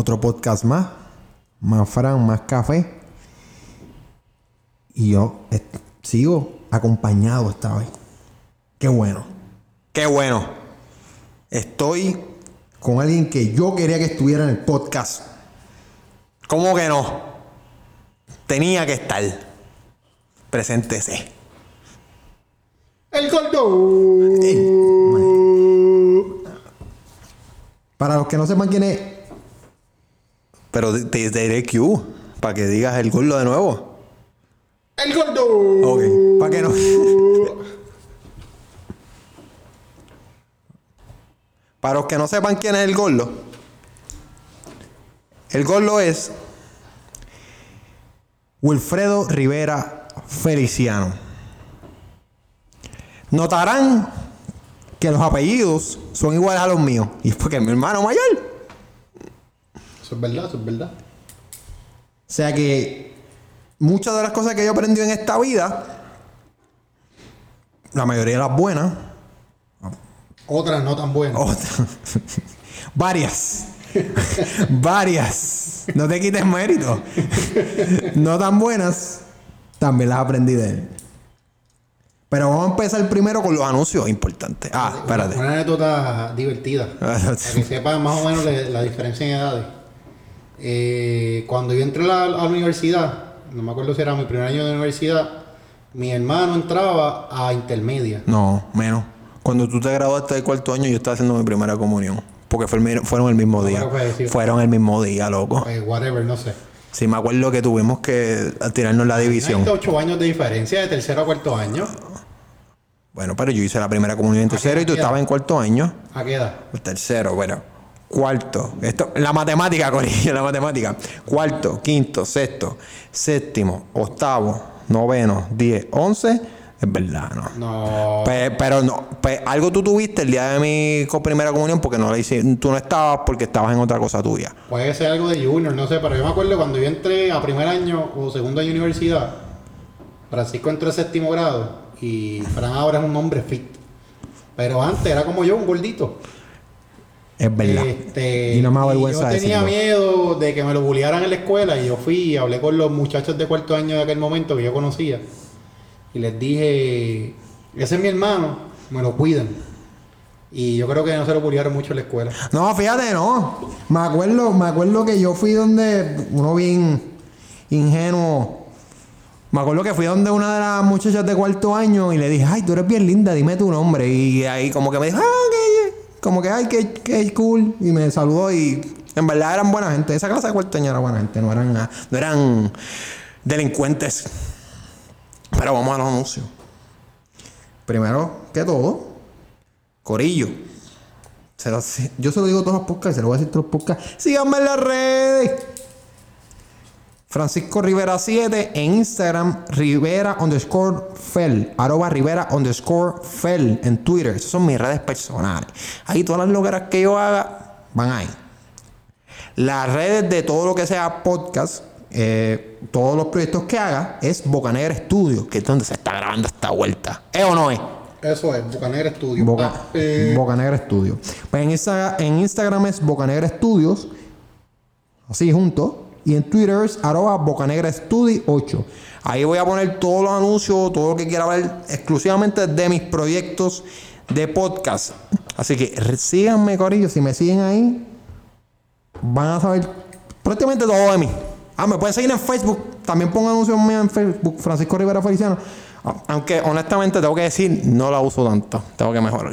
Otro podcast más Fran, más café. Y yo sigo acompañado esta vez. Qué bueno. Qué bueno. Estoy con alguien que yo quería que estuviera en el podcast. ¿Cómo que no? Tenía que estar. Preséntese. El gordo. Para los que no sepan quién es. Pero te diré Q. Para que digas el gordo de nuevo. El gordo. Ok. Para que no. Para los que no sepan quién es el gordo. El gordo es Wilfredo Rivera Feliciano. Notarán que los apellidos son iguales a los míos. Y es porque es mi hermano mayor. Eso es verdad, eso es verdad. O sea que muchas de las cosas que yo aprendí en esta vida, la mayoría de las buenas, Otras no tan buenas. otras, varias, varias, no te quites mérito, no tan buenas, también las aprendí de él. Pero vamos a empezar primero con los anuncios importantes. Espérate. Una anécdota divertida. Para que sepan más o menos la diferencia en edades. Cuando yo entré a la universidad, no me acuerdo si era mi primer año de universidad, mi hermano entraba a intermedia. No, menos. Cuando tú te graduaste del cuarto año, yo estaba haciendo mi primera comunión. Porque fueron el mismo día. Fueron el mismo día, loco. Whatever, no sé. Sí, me acuerdo que tuvimos que tirarnos la división. Hay 8 años de diferencia de tercero a cuarto año. Bueno, pero yo hice la primera comunión en tercero y tú estabas en cuarto año. ¿A qué edad? El tercero, bueno. Cuarto. Esto, la matemática, corillo, la matemática. Cuarto, quinto, sexto, séptimo, octavo, noveno, 10, 11. Es verdad, ¿no? No. Pero no. Algo tú tuviste el día de mi primera comunión porque no la hice. Tú no estabas porque estabas en otra cosa tuya. Puede ser algo de junior, no sé, pero yo me acuerdo cuando yo entré a primer año o segundo año de universidad, Francisco entró a séptimo grado y Fran ahora es un hombre fit. Pero antes era como yo, un gordito. Es verdad. Y no me avergüenza yo tenía decirlo. miedo de que me lo bullearan en la escuela y yo fui y hablé con los muchachos de cuarto año de aquel momento que yo conocía y les dije, ese es mi hermano, me lo cuidan. Y yo creo que no se lo bullearon mucho en la escuela. No, fíjate, no. Me acuerdo que yo fui donde uno bien ingenuo. Me acuerdo que fui donde una de las muchachas de cuarto año y le dije, ay, tú eres bien linda, dime tu nombre. Y ahí como que me dijo, ay, qué cool. Y me saludó y en verdad eran buena gente. Esa clase de cuarto año era buena gente, no eran delincuentes. Pero vamos a los anuncios. Primero que todo, corillo. Yo se lo digo a todos los podcasts, se lo voy a decir a todos los podcasts. Síganme en las redes. Francisco Rivera 7 en Instagram, Rivera_Fel, @Rivera_Fel en Twitter. Esas son mis redes personales. Ahí todas las locuras que yo haga van ahí. Las redes de todo lo que sea podcast, todos los proyectos que haga, es Bocanegra Studios, que es donde se está grabando esta vuelta. ¿Es o no es? Eso es, Bocanegra Studio. Bocanegra Studios. Pues en Instagram es Bocanegra Studios, así junto. Y en Twitter es @BocanegraStudi8. Ahí voy a poner todos los anuncios, todo lo que quiera ver exclusivamente de mis proyectos de podcast. Así que síganme, corillo. Si me siguen ahí, van a saber prácticamente todo de mí. Me pueden seguir en Facebook. También pongo anuncios míos en Facebook, Francisco Rivera Feliciano. Aunque honestamente tengo que decir, no la uso tanto. Tengo que mejorar.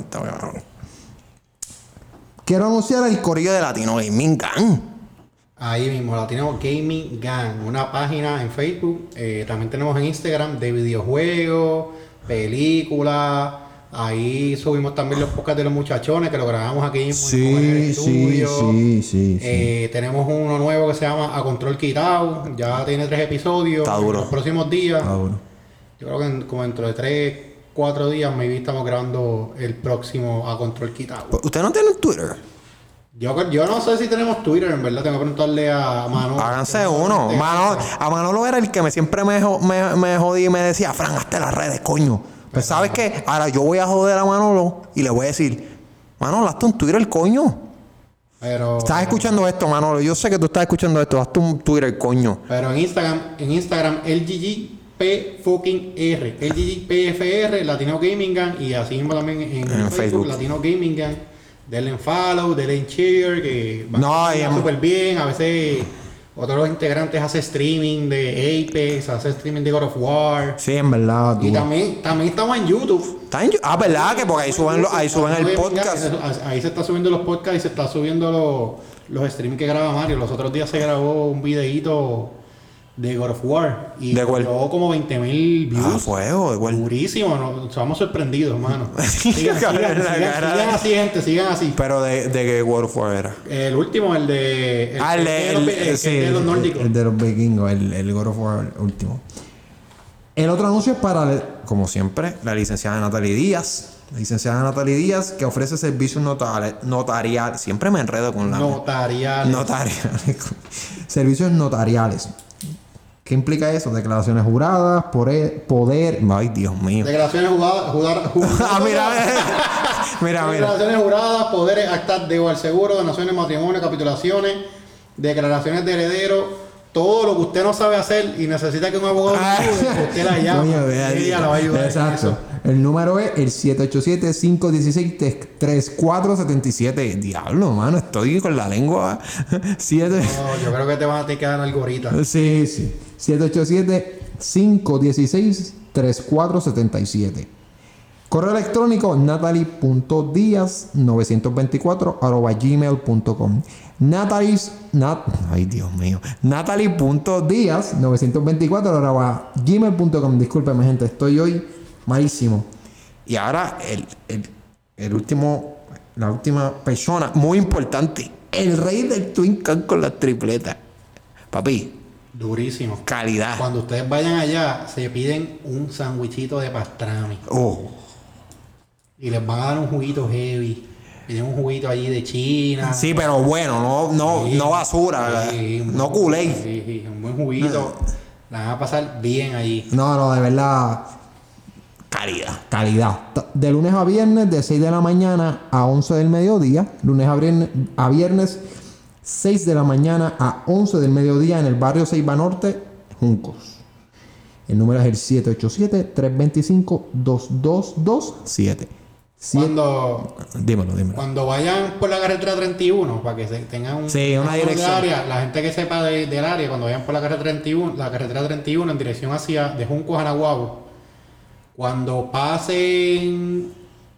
Quiero anunciar el corillo de Latino Gaming Gang. Ahí mismo, Latino Gaming Gang, una página en Facebook, también tenemos en Instagram de videojuegos, películas, ahí subimos también los podcasts de los muchachones que lo grabamos aquí mismo en Bocanegra Studio. Sí. Tenemos uno nuevo que se llama A Control Quitado, ya tiene 3 episodios. Está duro. En los próximos días, Está duro. yo creo que como dentro de 3-4 días, maybe estamos grabando el próximo A Control Quitado. ¿Usted no tiene Twitter? Yo no sé si tenemos Twitter, en verdad. Tengo que preguntarle a Manolo. Háganse uno. A Manolo era el que siempre me jodía y me decía, Fran, hazte las redes, coño. Pues ¿sabes qué? Ahora yo voy a joder a Manolo y le voy a decir, Manolo, hazte un Twitter, coño. Pero, Estás escuchando esto, Manolo. Yo sé que tú estás escuchando esto. Hazte un Twitter, coño. Pero en Instagram, LGGP fucking R. LGGPFR, Latino Gaming Gang. Y así mismo también en Facebook. Facebook, Latino Gaming Gang. Denle en follow, denle en share, que va súper bien. A veces otro de los integrantes hace streaming de Apex, hace streaming de God of War. Sí, en verdad. Y también estamos en YouTube. ¿Verdad? Que porque ahí suben el podcast. Ahí se está subiendo los podcasts y se está subiendo los streams que graba Mario. Los otros días se grabó un videíto de God of War y llegó como 20,000 views. Fuego, de cuál. Durísimo, estamos sorprendidos, hermano. Sigan así, gente, sigan así. Pero de qué World of War era. El último, el de los nórdicos. El de los vikingos, el God of War último. El otro anuncio es para, como siempre, la licenciada Natalie Díaz. La licenciada Natalie Díaz, que ofrece servicios notariales. Siempre me enredo con la... Notariales. Servicios notariales. ¿Qué implica eso? Declaraciones juradas, poder... Ay, Dios mío. Declaraciones juradas. Mira. Declaraciones juradas, poderes, actas de al seguro, donaciones, matrimonio, capitulaciones, declaraciones de heredero. Todo lo que usted no sabe hacer y necesita que un abogado le ayude, usted la llama. Y ella la va a ayudar. Exacto. El número es el 787-516-3477. Diablo, mano, estoy con la lengua. No, yo creo que te van a tener que dar algo ahorita. Sí. 787-516-3477. Correo electrónico natalie.diaz924@gmail.com. Natalie.diaz924@gmail.com. Discúlpeme, gente, estoy hoy malísimo. Y ahora la última persona muy importante, el rey del Twin Can con las tripletas. Papi. Durísimo. Calidad. Cuando ustedes vayan allá, se piden un sándwichito de pastrami. Y les van a dar un juguito heavy. Piden un juguito allí de China. Sí, pero bueno, no basura. No culé. Sí, un buen juguito. La van a pasar bien allí. No, de verdad. Calidad. De lunes a viernes, de 6 de la mañana a 11 del mediodía. Lunes a viernes, 6 de la mañana a 11 del mediodía en el barrio Ceiba Norte, Juncos. El número es el 787-325-2227. Dímelo. Cuando vayan por la carretera 31, para que tengan una dirección. Área, la gente que sepa del área, cuando vayan por la carretera 31 en dirección de Juncos a Nahuabo, cuando pasen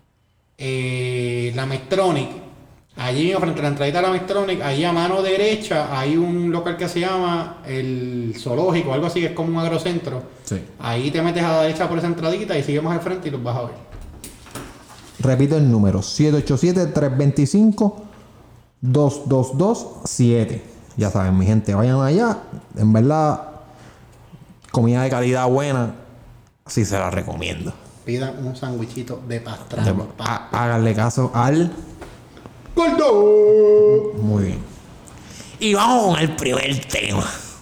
la Medtronic, allí frente a la entradita de la Medtronic, ahí a mano derecha hay un local que se llama el Zoológico, algo así, que es como un agrocentro. Sí. Ahí te metes a la derecha por esa entradita y sigues más al frente y los vas a ver. Repito el número, 787-325-2227. Ya saben, mi gente, vayan allá. En verdad, comida de calidad buena, sí se la recomiendo. Pidan un sándwichito de pastrami. Háganle caso al... ¡Gordo! Muy bien. Y vamos con el primer tema.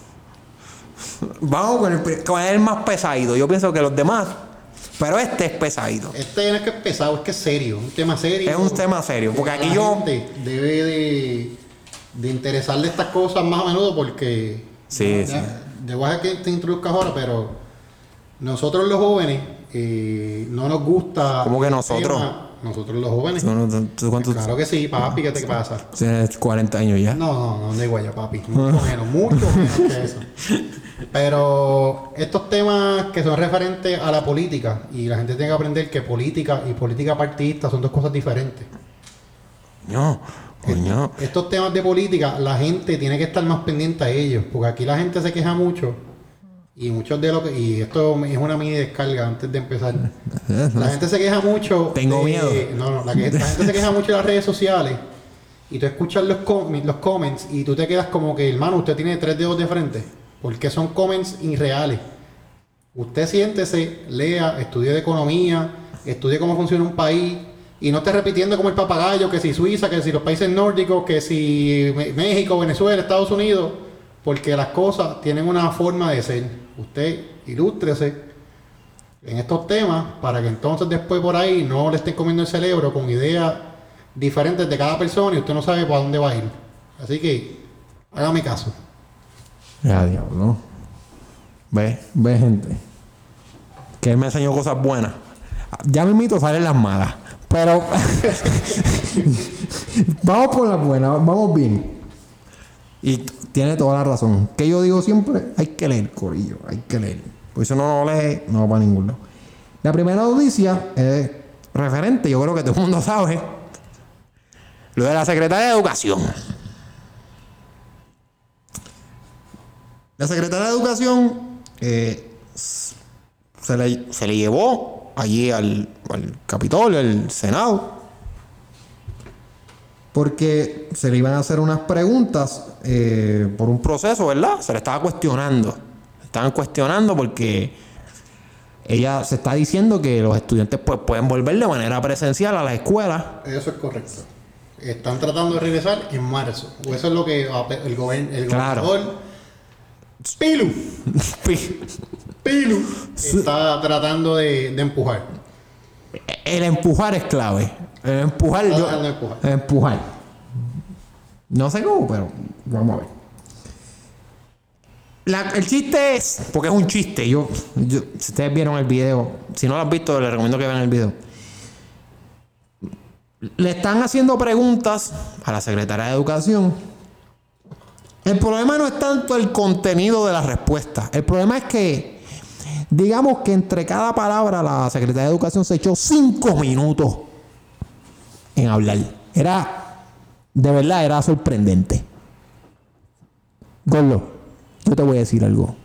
Vamos con el más pesadito. Yo pienso que los demás... Pero este es pesadito. Este no es que es pesado, es que es serio. Un tema serio. Es un tema serio. Porque aquí la gente debe de interesarle estas cosas más a menudo porque... Sí. Debo dejar que te introduzcas ahora, pero... Nosotros los jóvenes no nos gusta... ¿Cómo que nosotros? Nosotros los jóvenes. ¿Tú cuántos? Claro que sí, papi, ¿qué te pasa? Tienes 40 años ya. No da igual ya, papi. Mucho menos que eso. Pero estos temas que son referentes a la política, y la gente tiene que aprender que política y política partidista son dos cosas diferentes. Coño. Estos temas de política, la gente tiene que estar más pendiente a ellos, porque aquí la gente se queja mucho. Y muchos de lo que... Y esto es una mini descarga antes de empezar. La gente se queja mucho... Tengo miedo. La gente se queja mucho en las redes sociales. Y tú escuchas los comments y tú te quedas como que, hermano, usted tiene 3 dedos de frente. Porque son comments irreales. Usted siéntese, lea, estudie de economía, estudie cómo funciona un país. Y no esté repitiendo como el papagayo, que si Suiza, que si los países nórdicos, que si México, Venezuela, Estados Unidos. Porque las cosas tienen una forma de ser. Usted ilústrese en estos temas para que entonces después por ahí no le estén comiendo el cerebro con ideas diferentes de cada persona y usted no sabe para dónde va a ir. Así que, hágame caso. Ya, diablo. Ve, gente. Que él me enseñó cosas buenas. Ya mismito salen las malas. Pero vamos por las buenas, vamos bien. Y tiene toda la razón. Que yo digo siempre, hay que leer, corillo, hay que leer. Por eso no lo lee, no va para ningún lado. La primera noticia es referente, yo creo que todo el mundo sabe, lo de la secretaria de Educación. La secretaria de Educación se le llevó allí al Capitolio, al Senado, porque se le iban a hacer unas preguntas por un proceso, ¿verdad? Se le estaba cuestionando. Se estaban cuestionando porque ella se está diciendo que los estudiantes pues, pueden volver de manera presencial a las escuelas. Eso es correcto. Están tratando de regresar en marzo. O eso es lo que el gobernador Pilu está tratando de empujar. El empujar es clave. El empujar, empujar. No sé cómo, pero vamos a ver. El chiste es, porque es un chiste, si ustedes vieron el video, si no lo han visto, les recomiendo que vean el video. Le están haciendo preguntas a la secretaria de Educación. El problema no es tanto el contenido de la respuesta. El problema es que, digamos que entre cada palabra la secretaria de Educación se echó 5 minutos en hablar. De verdad, era sorprendente. Gordo, yo te voy a decir algo.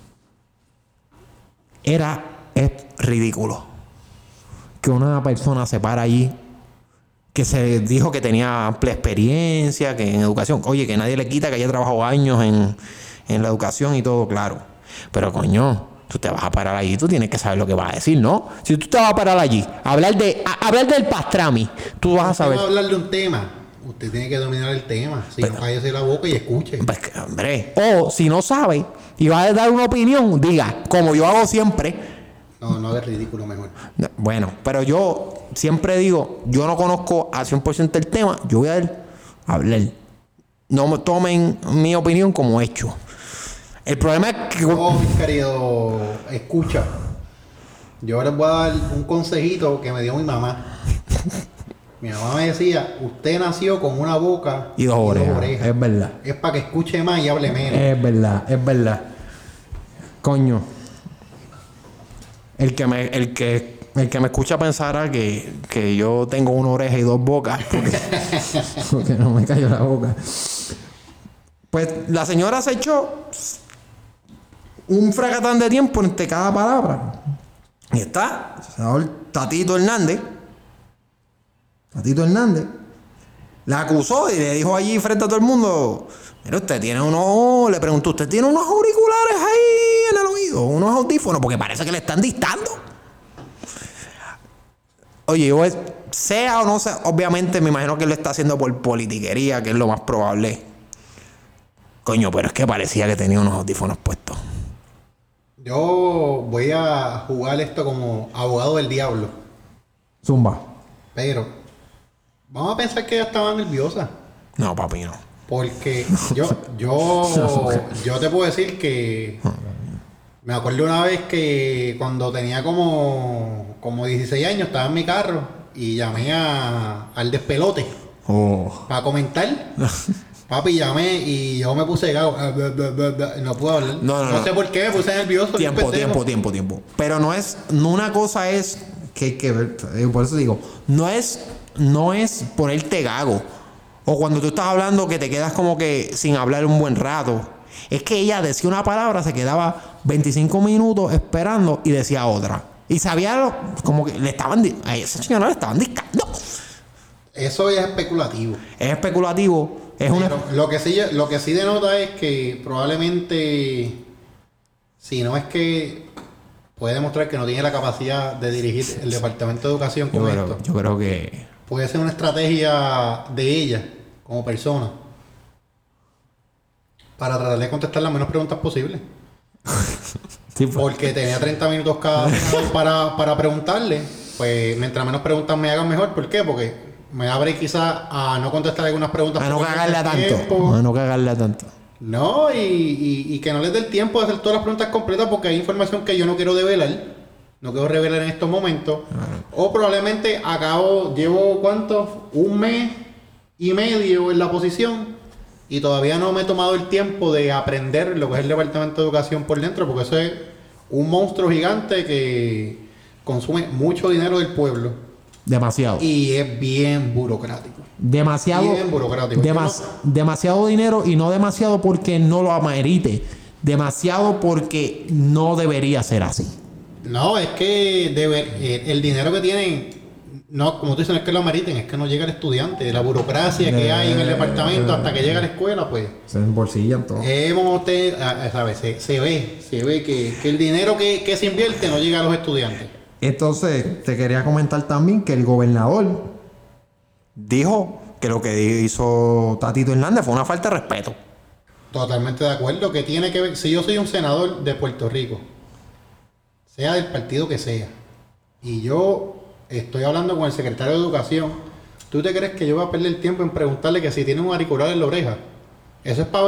Es ridículo que una persona se para allí, que se dijo que tenía amplia experiencia, que en educación, oye, que nadie le quita que haya trabajado años en la educación y todo, claro. Pero coño, tú te vas a parar allí, tú tienes que saber lo que vas a decir, ¿no? Si tú te vas a parar allí, a hablar del pastrami, tú vas a saber. Va a hablar de un tema. Usted tiene que dominar el tema. Si no, cállese la boca y escuche. Pues, hombre, o si no sabe y va a dar una opinión, diga, como yo hago siempre. No hagas ridículo mejor. Bueno, pero yo siempre digo, yo no conozco al 100% el tema, yo voy a hablar. No me tomen mi opinión como hecho. El problema es que... No, mi querido, escucha. Yo les voy a dar un consejito que me dio mi mamá. Mi mamá me decía, usted nació con una boca y dos orejas. Es verdad. Es para que escuche más y hable menos. Es verdad. Coño. El que me escucha pensará que yo tengo una oreja y dos bocas porque no me cayó la boca. Pues la señora se echó un fracatán de tiempo entre cada palabra. Y está el senador Tatito Hernández la acusó y le dijo allí frente a todo el mundo, mira, le preguntó, ¿usted tiene unos auriculares ahí en el oído? Unos audífonos, porque parece que le están dictando. Oye, sea o no sea, obviamente me imagino que él lo está haciendo por politiquería, que es lo más probable. Coño, pero es que parecía que tenía unos audífonos puestos. Yo voy a jugar esto como abogado del diablo. Zumba. Pero vamos a pensar que ella estaba nerviosa. No, papi, no. Porque yo te puedo decir que me acuerdo una vez que cuando tenía como 16 años estaba en mi carro y llamé al despelote para comentar. Papi, llamé y yo me puse gago. No puedo hablar. No sé por qué me puse nervioso. Tiempo. Pero una cosa es que hay que ver. Por eso digo, no es ponerte gago. O cuando tú estás hablando que te quedas como que sin hablar un buen rato. Es que ella decía una palabra, se quedaba 25 minutos esperando y decía otra. Y sabía como que a esa señora le estaban discando. Eso es especulativo. Lo que sí denota es que probablemente, si no es que puede demostrar que no tiene la capacidad de dirigir el departamento de educación con esto. Yo creo que puede ser una estrategia de ella como persona para tratar de contestar las menos preguntas posibles. Sí, porque tenía 30 minutos cada para preguntarle. Pues mientras menos preguntas me hagan mejor. ¿Por qué? Porque me abre quizás a no contestar algunas preguntas. A no porque cagarle a no tengo tanto. tiempo. A no cagarle a tanto. No, y que no les dé el tiempo de hacer todas las preguntas completas porque hay información que yo no quiero develar. No quiero revelar en estos momentos. O probablemente llevo ¿cuánto? 1 mes y medio en la posición y todavía no me he tomado el tiempo de aprender lo que es el Departamento de Educación por dentro, porque eso es un monstruo gigante que consume mucho dinero del pueblo. Demasiado. Y es bien burocrático. Demasiado. Bien burocrático. Demasiado dinero y no demasiado porque no lo amerite. Demasiado porque no debería ser así. No, es que el dinero que tienen, no, como tú dices, no es que lo ameriten, es que no llega el estudiante. La burocracia que hay en el departamento hasta que llega a la escuela, pues. Se embolsillan todo. ¿Sabes? Se ve que el dinero que se invierte no llega a los estudiantes. Entonces, te quería comentar también que el gobernador dijo que lo que hizo Tatito Hernández fue una falta de respeto. Totalmente de acuerdo, que tiene que ver, si yo soy un senador de Puerto Rico, sea del partido que sea, y yo estoy hablando con el secretario de Educación, ¿tú te crees que yo voy a perder tiempo en preguntarle que si tiene un auricular en la oreja? Eso es para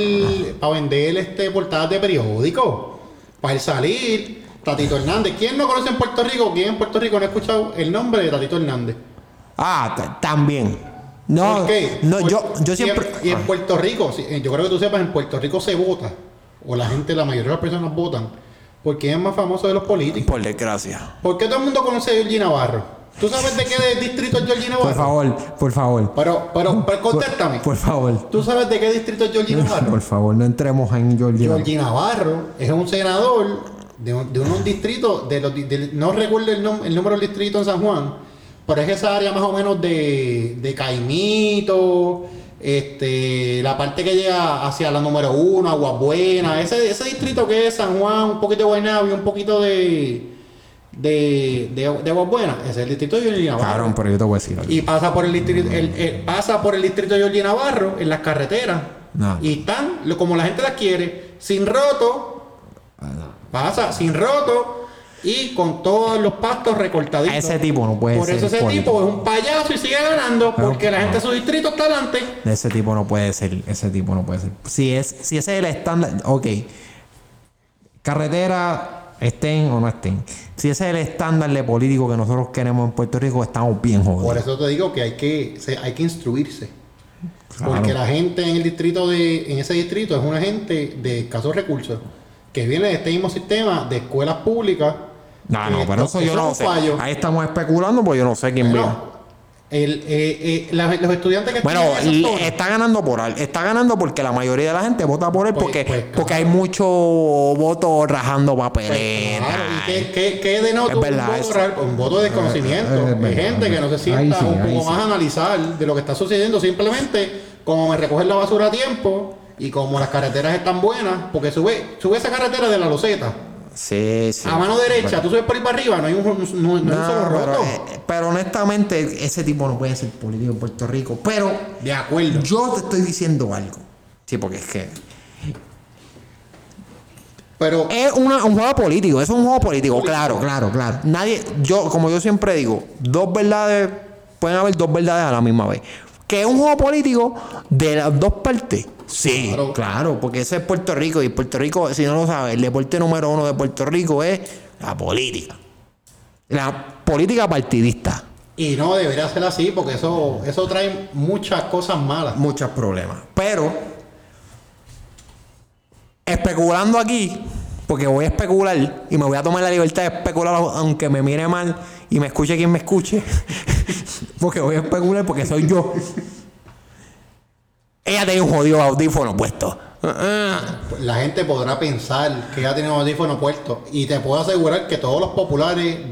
vender portadas de periódico, para el salir. Tatito Hernández. ¿Quién no conoce en Puerto Rico? ¿Quién en Puerto Rico no ha escuchado el nombre de Tatito Hernández? También. No, ¿por qué? no, yo siempre. Y en Puerto Rico, yo creo que tú sepas, en Puerto Rico se vota, o la mayoría de las personas votan, porque es más famoso de los políticos. Por desgracia. ¿Por qué todo el mundo conoce a Georgie Navarro? ¿Tú sabes de qué distrito es Georgie Navarro? Por favor. Pero contéstame. Por favor. ¿Tú sabes de qué distrito es Georgie Navarro? Por favor, no entremos en Georgie Navarro. Georgie Navarro es un senador de un distrito, no recuerdo el número del distrito en San Juan, pero es esa área más o menos de Caimito, la parte que llega hacia la número 1, Aguas Buenas, ese distrito que es San Juan, un poquito de Guaynabo y un poquito de Aguas Buenas, ese es el distrito de Georgie Navarro. Claro, pero yo te voy a decir algo. Y pasa por el distrito de Georgie Navarro en las carreteras. No. Y están, como la gente las quiere, sin roto. Pasa sin roto y con todos los pastos recortaditos. Ese tipo no puede ser. Por eso ese político. tipo es un payaso y sigue ganando porque la gente de su distrito está adelante. Ese tipo no puede ser. Si ese es el estándar. Ok. Carretera, estén o no estén. Si ese es el estándar de político que nosotros queremos en Puerto Rico, estamos bien jodidos. Por eso te digo que hay que instruirse. Claro. Porque la gente en ese distrito es una gente de escasos recursos que viene de este mismo sistema de escuelas públicas. No, pero eso yo no sé. Ahí estamos especulando porque yo no sé quién viene. Los estudiantes que bueno, está ganando está ganando porque la mayoría de la gente vota por él porque hay mucho voto rajando papeletas. Claro, ¿y qué denota un voto de desconocimiento? Hay gente que no se sienta un poco más a analizar de lo que está sucediendo, simplemente como me recogen la basura a tiempo y como las carreteras están buenas, porque sube esa carretera de la Loseta. Sí. A mano derecha, tú subes por ahí para arriba, no hay un solo roto. Pero honestamente, ese tipo no puede ser político en Puerto Rico. Pero, de acuerdo. Yo te estoy diciendo algo. Sí, porque es que. Pero. Es un juego político, claro. Como yo siempre digo, pueden haber dos verdades a la misma vez. Que es un juego político de las dos partes. Sí, claro, porque ese es Puerto Rico. Y Puerto Rico, si no lo sabes, el deporte número 1 de Puerto Rico es la política. La política partidista. Y no debería ser así, porque eso trae muchas cosas malas. Muchos problemas. Pero, especulando aquí, porque voy a especular y me voy a tomar la libertad de especular, aunque me mire mal y me escuche quien me escuche. Porque voy a especular porque soy yo. Ella tenía un jodido audífono puesto. La gente podrá pensar que ella tiene un audífono puesto. Y te puedo asegurar que todos los populares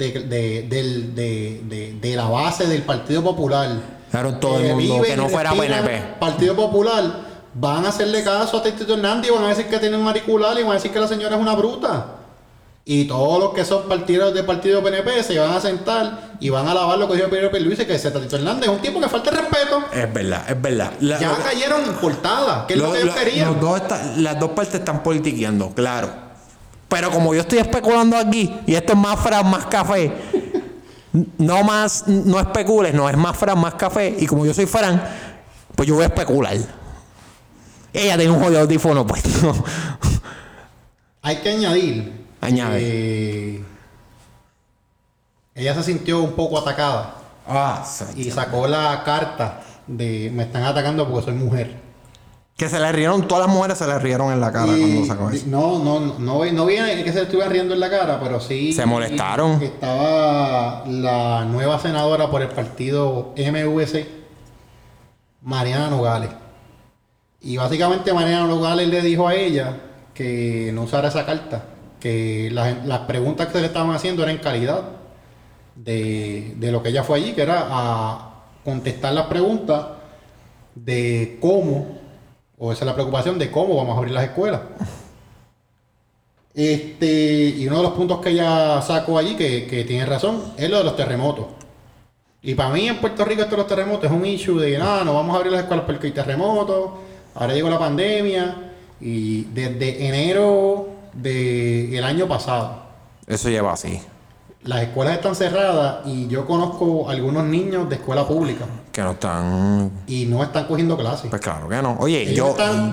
de la base del Partido Popular, claro, todo el mundo que no fuera PNP, Partido Popular, van a hacerle caso a Tatito Hernández y van a decir que tiene un auricular y van a decir que la señora es una bruta. Y todos los que son partidos del partido PNP se van a sentar y van a alabar lo que dijo Pedro Pierluisi, que ese Tatito Hernández es un tipo que falta de respeto. Es verdad. Ya cayeron en portada, que es lo que ellos querían. Las dos partes están politiqueando, claro. Pero como yo estoy especulando aquí, y esto es más café, no especules, no es más Fran, más café. Y como yo soy Fran, pues yo voy a especular. Ella tiene un jodido audífono puesto. Hay que añadir. Añade. Ella se sintió un poco atacada. Sí. Y sacó la carta de me están atacando porque soy mujer. Que se le rieron, todas las mujeres se le rieron en la cara cuando sacó eso. No vi que se le estuviera riendo en la cara, pero sí. Se molestaron. Estaba la nueva senadora por el partido MVC, Mariana Nogales. Y básicamente Mariana Nogales le dijo a ella que no usara esa carta, que las preguntas que se le estaban haciendo eran en calidad de lo que ella fue allí, que era a contestar las preguntas de cómo, o esa es la preocupación, de cómo vamos a abrir las escuelas. Y uno de los puntos que ella sacó allí, que tiene razón, es lo de los terremotos. Y para mí en Puerto Rico esto de los terremotos es un issue de no vamos a abrir las escuelas porque hay terremotos. Ahora llegó la pandemia y desde enero del año pasado. Eso lleva así. Las escuelas están cerradas y yo conozco algunos niños de escuela pública. Que no están... Y no están cogiendo clases. Pues claro que no. Oye, Ellos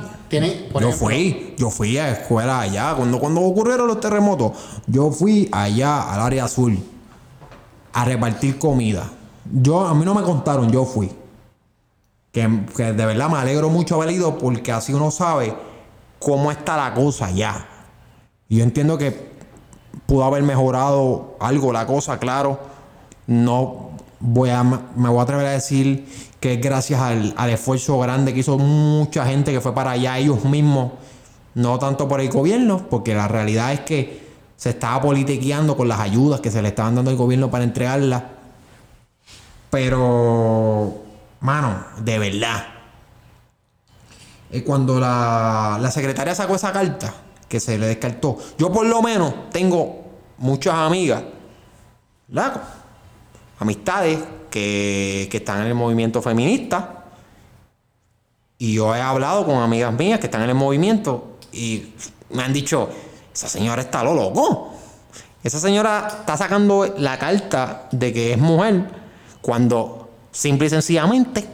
yo fui a escuela allá. Cuando ocurrieron los terremotos, yo fui allá al área azul a repartir comida. A mí no me contaron, yo fui. Que de verdad me alegro mucho haber ido porque así uno sabe cómo está la cosa allá. Y yo entiendo que pudo haber mejorado algo la cosa, claro. Me voy a atrever a decir que es gracias al esfuerzo grande que hizo mucha gente que fue para allá ellos mismos, no tanto por el gobierno, porque la realidad es que se estaba politiqueando con las ayudas que se le estaban dando al gobierno para entregarlas. Pero, mano, de verdad, cuando la secretaria sacó esa carta que se le descartó, yo por lo menos tengo muchas amigas, ¿verdad? Amistades que están en el movimiento feminista, y yo he hablado con amigas mías que están en el movimiento y me han dicho, esa señora está loco, esa señora está sacando la carta de que es mujer cuando simple y sencillamente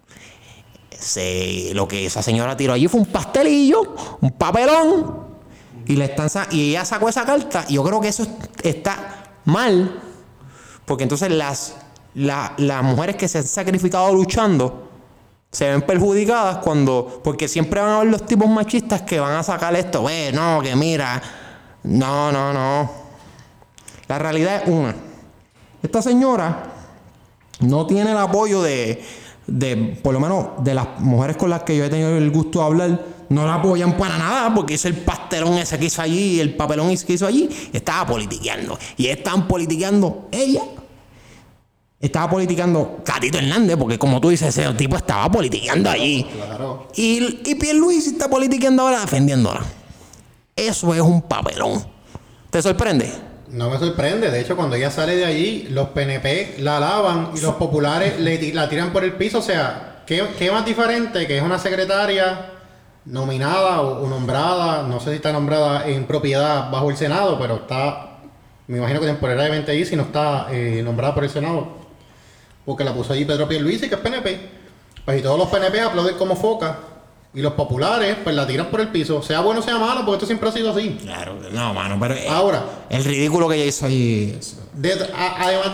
lo que esa señora tiró allí fue un pastelillo, un papelón, y ella sacó esa carta. Y yo creo que eso está mal, porque entonces las mujeres que se han sacrificado luchando se ven perjudicadas porque siempre van a haber los tipos machistas que van a sacar esto, no, que mira, no. La realidad es esta señora no tiene el apoyo de por lo menos de las mujeres con las que yo he tenido el gusto de hablar. No la apoyan para nada porque es el pastelón ese que hizo allí, el papelón ese que hizo allí. Estaba politiqueando. Y estaban politiqueando ella. Estaba politiqueando Catito Hernández, porque como tú dices, ese tipo estaba politiqueando allí. Claro. Y Pierluisi está politiqueando ahora defendiéndola. Eso es un papelón. ¿Te sorprende? No me sorprende. De hecho, cuando ella sale de allí, los PNP la alaban y los populares la tiran por el piso. O sea, ¿qué más diferente que es una secretaria nominada o nombrada? No sé si está nombrada en propiedad bajo el Senado, pero está, me imagino que temporariamente ahí, si no está nombrada por el Senado, porque la puso allí Pedro Pierluisi, que es PNP. Pues y todos los PNP aplauden como foca. Y los populares, pues la tiran por el piso. Sea bueno o sea malo, porque esto siempre ha sido así. Claro, no, mano, pero ahora, el ridículo que ella hizo ahí. Además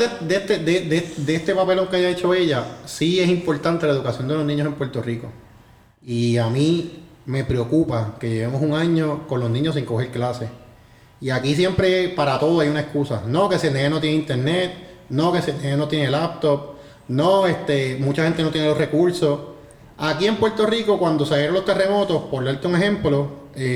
de este papelón que haya hecho ella, sí es importante la educación de los niños en Puerto Rico. Y a mí me preocupa que llevemos un año con los niños sin coger clases. Y aquí siempre para todo hay una excusa. No, que ese nene no tiene internet. No, que ese nene no tiene laptop. No, mucha gente no tiene los recursos. Aquí en Puerto Rico, cuando salieron los terremotos, por darte un ejemplo,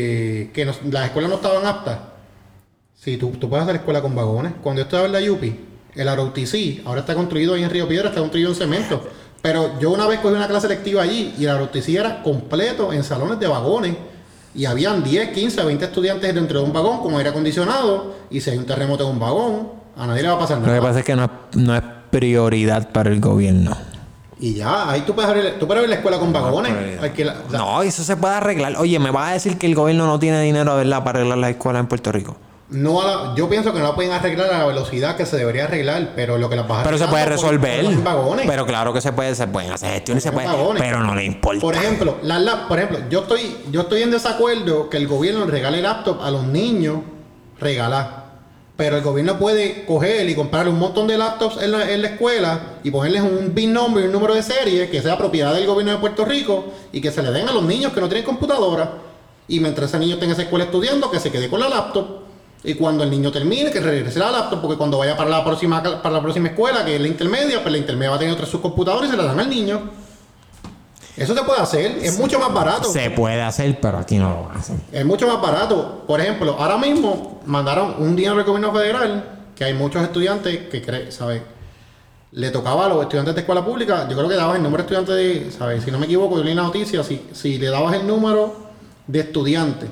las escuelas no estaban aptas. Sí, tú puedes hacer escuela con vagones. Cuando yo estaba en la Yupi, el ROTC, ahora está construido ahí en Río Piedra, está construido en cemento. Pero yo una vez cogí una clase lectiva allí y el ROTC era completo en salones de vagones. Y habían 10, 15, 20 estudiantes dentro de un vagón con aire acondicionado. Y si hay un terremoto en un vagón, a nadie le va a pasar nada. Lo que pasa es que no es prioridad para el gobierno. Y ya, ahí tú puedes abrir la escuela con vagones. No, eso se puede arreglar. Oye, ¿me vas a decir que el gobierno no tiene dinero, ¿verdad?, para arreglar las escuelas en Puerto Rico? No yo pienso que no la pueden arreglar a la velocidad que se debería arreglar, pero lo que las bajan. Pero se puede resolver. Por los vagones. Pero claro que se pueden hacer gestiones, se puede, Vagones. pero no le importa. Por ejemplo, yo estoy en desacuerdo que el gobierno regale laptop a los niños, regalar. Pero el gobierno puede coger y comprar un montón de laptops en la escuela y ponerles un BIN number y un número de serie que sea propiedad del gobierno de Puerto Rico y que se le den a los niños que no tienen computadora. Y mientras ese niño esté en esa escuela estudiando, que se quede con la laptop. Y cuando el niño termine, que regrese la laptop, porque cuando vaya para la próxima escuela, que es la intermedia, pues la intermedia va a tener otros sus computadores y se la dan al niño. Eso se puede hacer, es mucho más barato. Se puede hacer, pero aquí no lo hacen. Es mucho más barato. Por ejemplo, ahora mismo mandaron un dinero del gobierno federal, que hay muchos estudiantes que ¿sabes? Le tocaba a los estudiantes de escuela pública, yo creo que dabas el número de estudiantes de, ¿sabes? Si no me equivoco, yo leí la noticia, si le dabas el número de estudiantes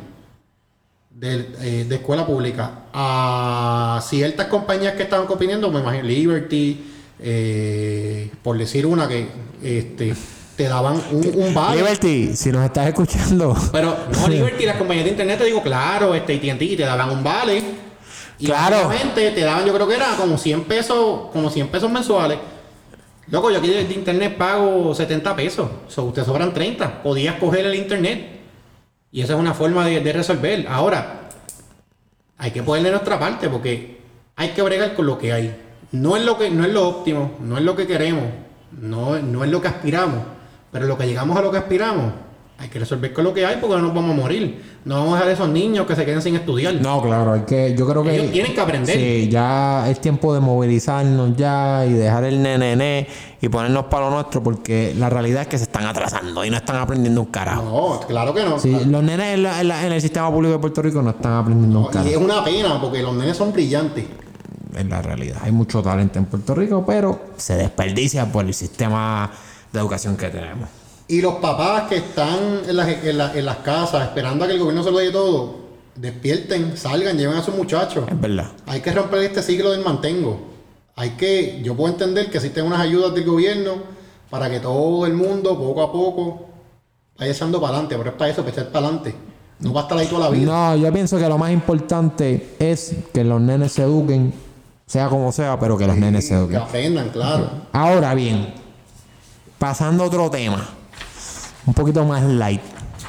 de escuela pública a ciertas compañías que estaban compitiendo, me imagino Liberty, por decir una que te daban un vale. Liberty, si nos estás escuchando. Pero no, Liberty, las compañías de internet, te digo, claro, AT&T, te daban un vale. Y claro. obviamente te daban, yo creo que era como 100 pesos mensuales. Loco, yo aquí de internet pago 70 pesos. Te sobran 30. Podías coger el internet. Y esa es una forma de resolver. Ahora, hay que ponerle nuestra parte porque hay que bregar con lo que hay. No es lo óptimo, no es lo que queremos, no es lo que aspiramos. Pero lo que llegamos a lo que aspiramos, hay que resolver con lo que hay porque no nos vamos a morir. No vamos a dejar a esos niños que se queden sin estudiar. No, claro, yo creo que ellos tienen que aprender. Sí, ya es tiempo de movilizarnos ya y dejar el nene y ponernos para lo nuestro, porque la realidad es que se están atrasando y no están aprendiendo un carajo. No, claro que no. Sí, los nenes en el sistema público de Puerto Rico no están aprendiendo un carajo. Y es una pena porque los nenes son brillantes. Es la realidad. Hay mucho talento en Puerto Rico, pero se desperdicia por el sistema de educación que tenemos. Y los papás que están en las casas esperando a que el gobierno se lo dé todo, despierten, salgan, lleven a sus muchachos. Es verdad. Hay que romper este ciclo del mantengo. Yo puedo entender que existen unas ayudas del gobierno para que todo el mundo, poco a poco, vaya echando para adelante, pero es para eso, para echar para adelante. No va a estar ahí toda la vida. No, yo pienso que lo más importante es que los nenes se eduquen, sea como sea, pero que los nenes se eduquen. Que aprendan, claro. Ahora bien, pasando a otro tema, un poquito más light.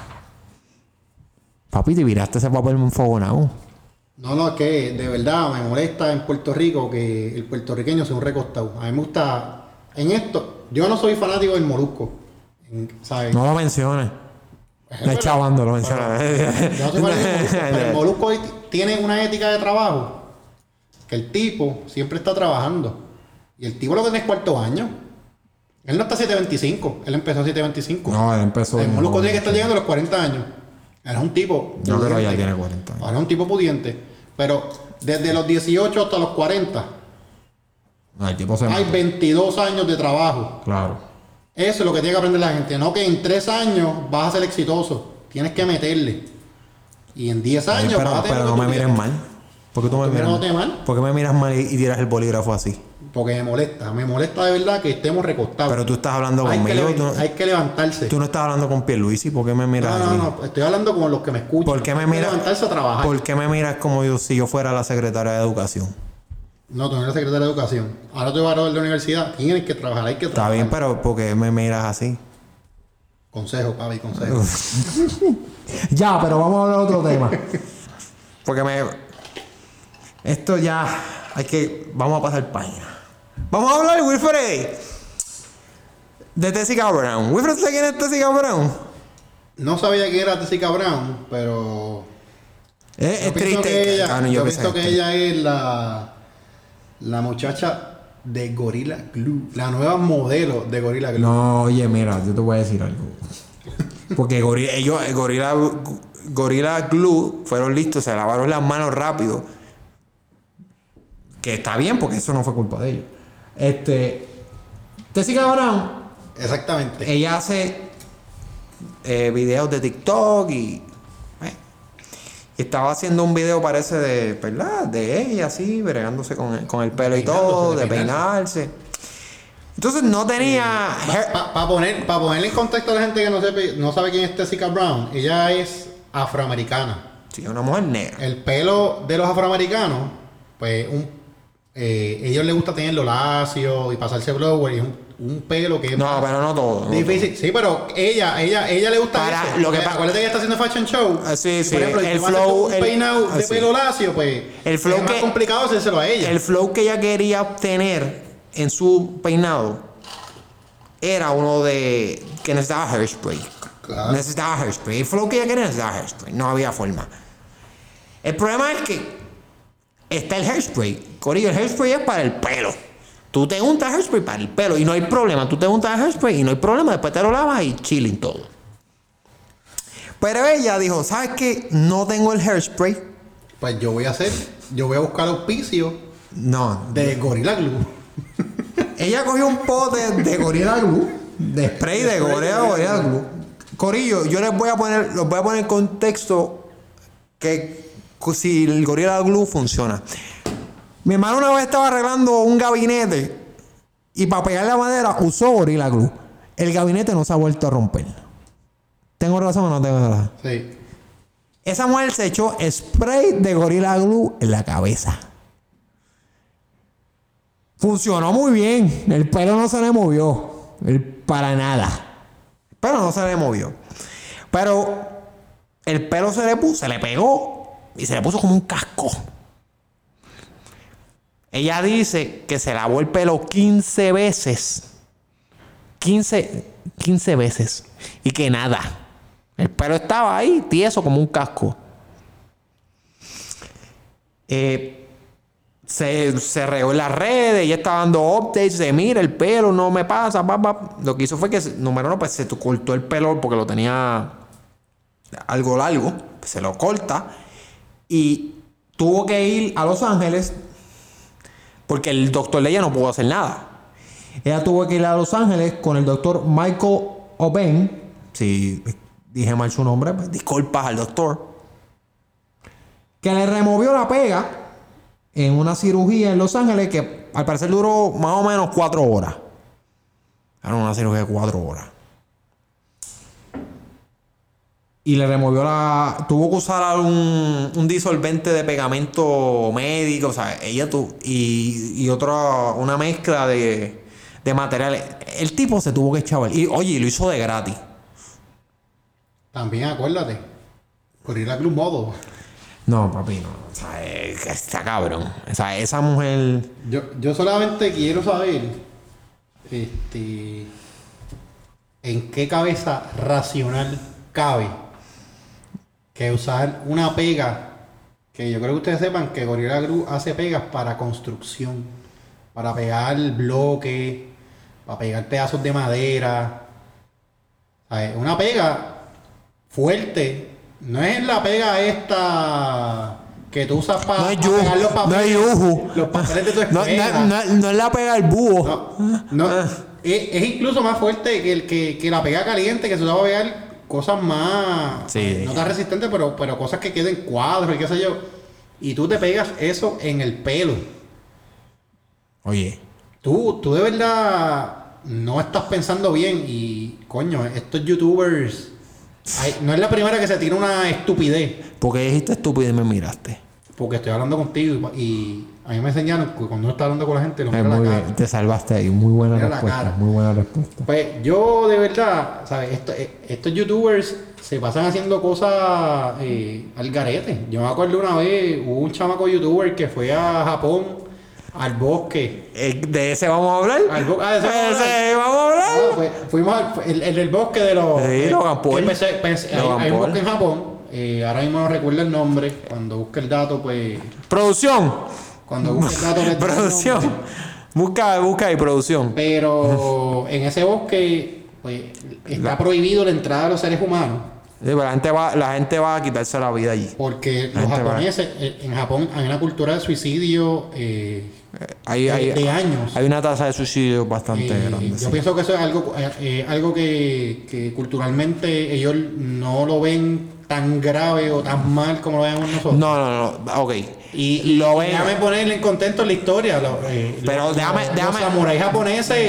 Papi, ¿te miraste ese papel enfogonado? No, es que de verdad me molesta en Puerto Rico que el puertorriqueño sea un recostado. A mí me gusta, en esto, yo no soy fanático del molusco, ¿sabes? No lo menciones. No es chavando, lo mencionas. Yo no soy fanático del molusco, pero el molusco tiene una ética de trabajo que el tipo siempre está trabajando. Y el tipo lo que tiene es cuarto año. Él no está a 725, él empezó a 725. No, él empezó. El molusco tiene que estar llegando a los 40 años. Era un tipo. Yo creo que ya tiene 40 años. Ahora es un tipo pudiente. Pero desde los 18 hasta los 40, No, el tipo se hay mata. 22 años de trabajo. Claro. Eso es lo que tiene que aprender la gente. No que en 3 años vas a ser exitoso. Tienes que meterle. Y en 10 años Pero, vas a tener pero lo no que me tú mires quieres. mal. ¿Por qué tú me ¿Tú miras mirándote mal? mal? ¿Por qué me miras mal y tiras el bolígrafo así? Porque me molesta. Me molesta de verdad que estemos recostados. Pero tú estás hablando hay conmigo. hay que levantarse. Tú no estás hablando con Pierluisi. ¿Por qué me miras así? No. Estoy hablando con los que me escuchan. ¿Por qué me Hay que miras? levantarse a trabajar. ¿Por qué me miras como si yo fuera la secretaria de Educación? No, tú no eres secretario de Educación. Ahora tú vas a de la universidad. Tienes que trabajar. Hay que Está trabajar. bien, pero ¿por qué me miras así? Consejo, papi, consejo. Ya, pero vamos a hablar de otro tema. Porque esto ya... Vamos a pasar página. Vamos a hablar, Wilfred, de Tessica Brown. ¿Wilfred sabe quién es Tessica Brown? No sabía quién era Tessica Brown, pero... Es pienso triste. que ella, Yo yo pienso pienso que ella es la muchacha de Gorilla Glue. La nueva modelo de Gorilla Glue. No, oye, mira, yo te voy a decir algo. Porque Gorilla Glue fueron listos, se lavaron las manos rápido. Que está bien, porque eso no fue culpa de ellos. Tessica Brown, Exactamente. ella hace videos de TikTok y estaba haciendo un video, parece, ¿verdad? De ella, así, bregándose con el pelo y todo, de peinarse. Entonces no tenía... Para ponerle en contexto a la gente que no sabe quién es Tessica Brown, ella es afroamericana. Sí, una mujer negra. El pelo de los afroamericanos, pues ellos les gusta tenerlo lacio y pasarse blower y un pelo que es No, pero no todo. difícil. No todo. Sí, pero ella le gusta Para eso. lo que Acuérdate que ella está haciendo fashion show. Sí, sí. Por ejemplo, El si tú vas a flow, hacer un peinado de sí. pelo lacio, pues El flow es más que- complicado hacérselo a ella. El flow que ella quería obtener en su peinado era uno de que necesitaba hairspray. Claro. Necesitaba hairspray. El flow que ella quería necesitaba hairspray. No había forma. El problema es que está el hairspray. Corillo, el hairspray es para el pelo. Tú te untas hairspray para el pelo y no hay problema. Tú te untas hairspray y no hay problema. Después te lo lavas y chilling todo. Pero ella dijo, ¿sabes qué? No tengo el hairspray. Pues yo voy a buscar auspicio No. de Gorilla Glue. Ella cogió un pote de Gorilla Glue, de spray de Gorilla Glue. Corillo, yo los voy a poner en contexto que si el Gorilla Glue funciona. Mi hermano una vez estaba arreglando un gabinete y para pegar la madera usó Gorilla Glue. El gabinete no se ha vuelto a romper. ¿Tengo razón o no tengo razón? Sí. Esa mujer se echó spray de Gorilla Glue en la cabeza. Funcionó muy bien. El pelo no se le movió. Para nada. El pelo no se le movió. Pero el pelo se le pegó y se le puso como un casco. Ella dice que se lavó el pelo 15 veces. 15 veces. Y que nada. El pelo estaba ahí, tieso como un casco. Se regó en las redes, ella estaba dando updates de mira, el pelo no me pasa, Lo que hizo fue que, número uno, pues se cortó el pelo porque lo tenía algo largo, pues se lo corta y tuvo que ir a Los Ángeles porque el doctor de ella no pudo hacer nada. Ella tuvo que ir a Los Ángeles con el doctor Michael Oben, si dije mal su nombre, pues disculpas al doctor, que le removió la pega en una cirugía en Los Ángeles que al parecer duró más o menos 4 horas. Era una cirugía de 4 horas. Y le removió tuvo que usar un disolvente de pegamento médico, o sea, ella y una mezcla de materiales. El tipo se tuvo que echar. Y oye, lo hizo de gratis. También acuérdate. Gorilla Glue modo. No, papi, no. O sea, está cabrón. O sea, esa mujer. Yo solamente quiero saber en qué cabeza racional cabe que usar una pega, que yo creo que ustedes sepan que Gorilla Glue hace pegas para construcción, para pegar bloques, para pegar pedazos de madera. ¿Sabes? Una pega fuerte. No es la pega esta que tú usas para No es pegar los papeles. No es yuju. Los papeles de tu escuela. No es la pega del búho. No. Es incluso más fuerte que la pega caliente que se usaba a pegar cosas más. Sí. No tan resistentes, pero cosas que queden cuadros y qué sé yo. Y tú te pegas eso en el pelo. Oye. Tú de verdad no estás pensando bien. Y coño, estos youtubers. No es la primera que se tira una estupidez. ¿Por qué dijiste estúpido y me miraste? Porque estoy hablando contigo y a mí me enseñaron que cuando uno está hablando con la gente lo mira Muy la bien, cara. te salvaste ahí. Muy buena Mira la respuesta. cara. Muy buena respuesta. Pues yo de verdad, ¿sabes? Estos youtubers se pasan haciendo cosas al garete. Yo me acuerdo una vez, hubo un chamaco youtuber que fue a Japón, al bosque. ¿De ese vamos a hablar? ¿De ese vamos a hablar? Pues fuimos el del bosque de los... Sí, Logan Paul. Hay un bosque en Japón. Ahora mismo no recuerdo el nombre. Cuando busque el dato, pues... Producción. Cuando busque el dato... les digo el Producción. nombre. Busca ahí, producción. Pero en ese bosque, pues, está prohibido la entrada de los seres humanos. Sí, pero la gente va a quitarse la vida allí. Porque La los gente japoneses, en Japón hay una cultura de suicidio de años. Hay una tasa de suicidio bastante grande. Yo Sí. pienso que eso es algo que culturalmente ellos no lo ven tan grave o tan mal como lo vemos nosotros. No. Ok. Y lo ven. déjame ponerle en contexto la historia. Pero déjame- Los samuráis japoneses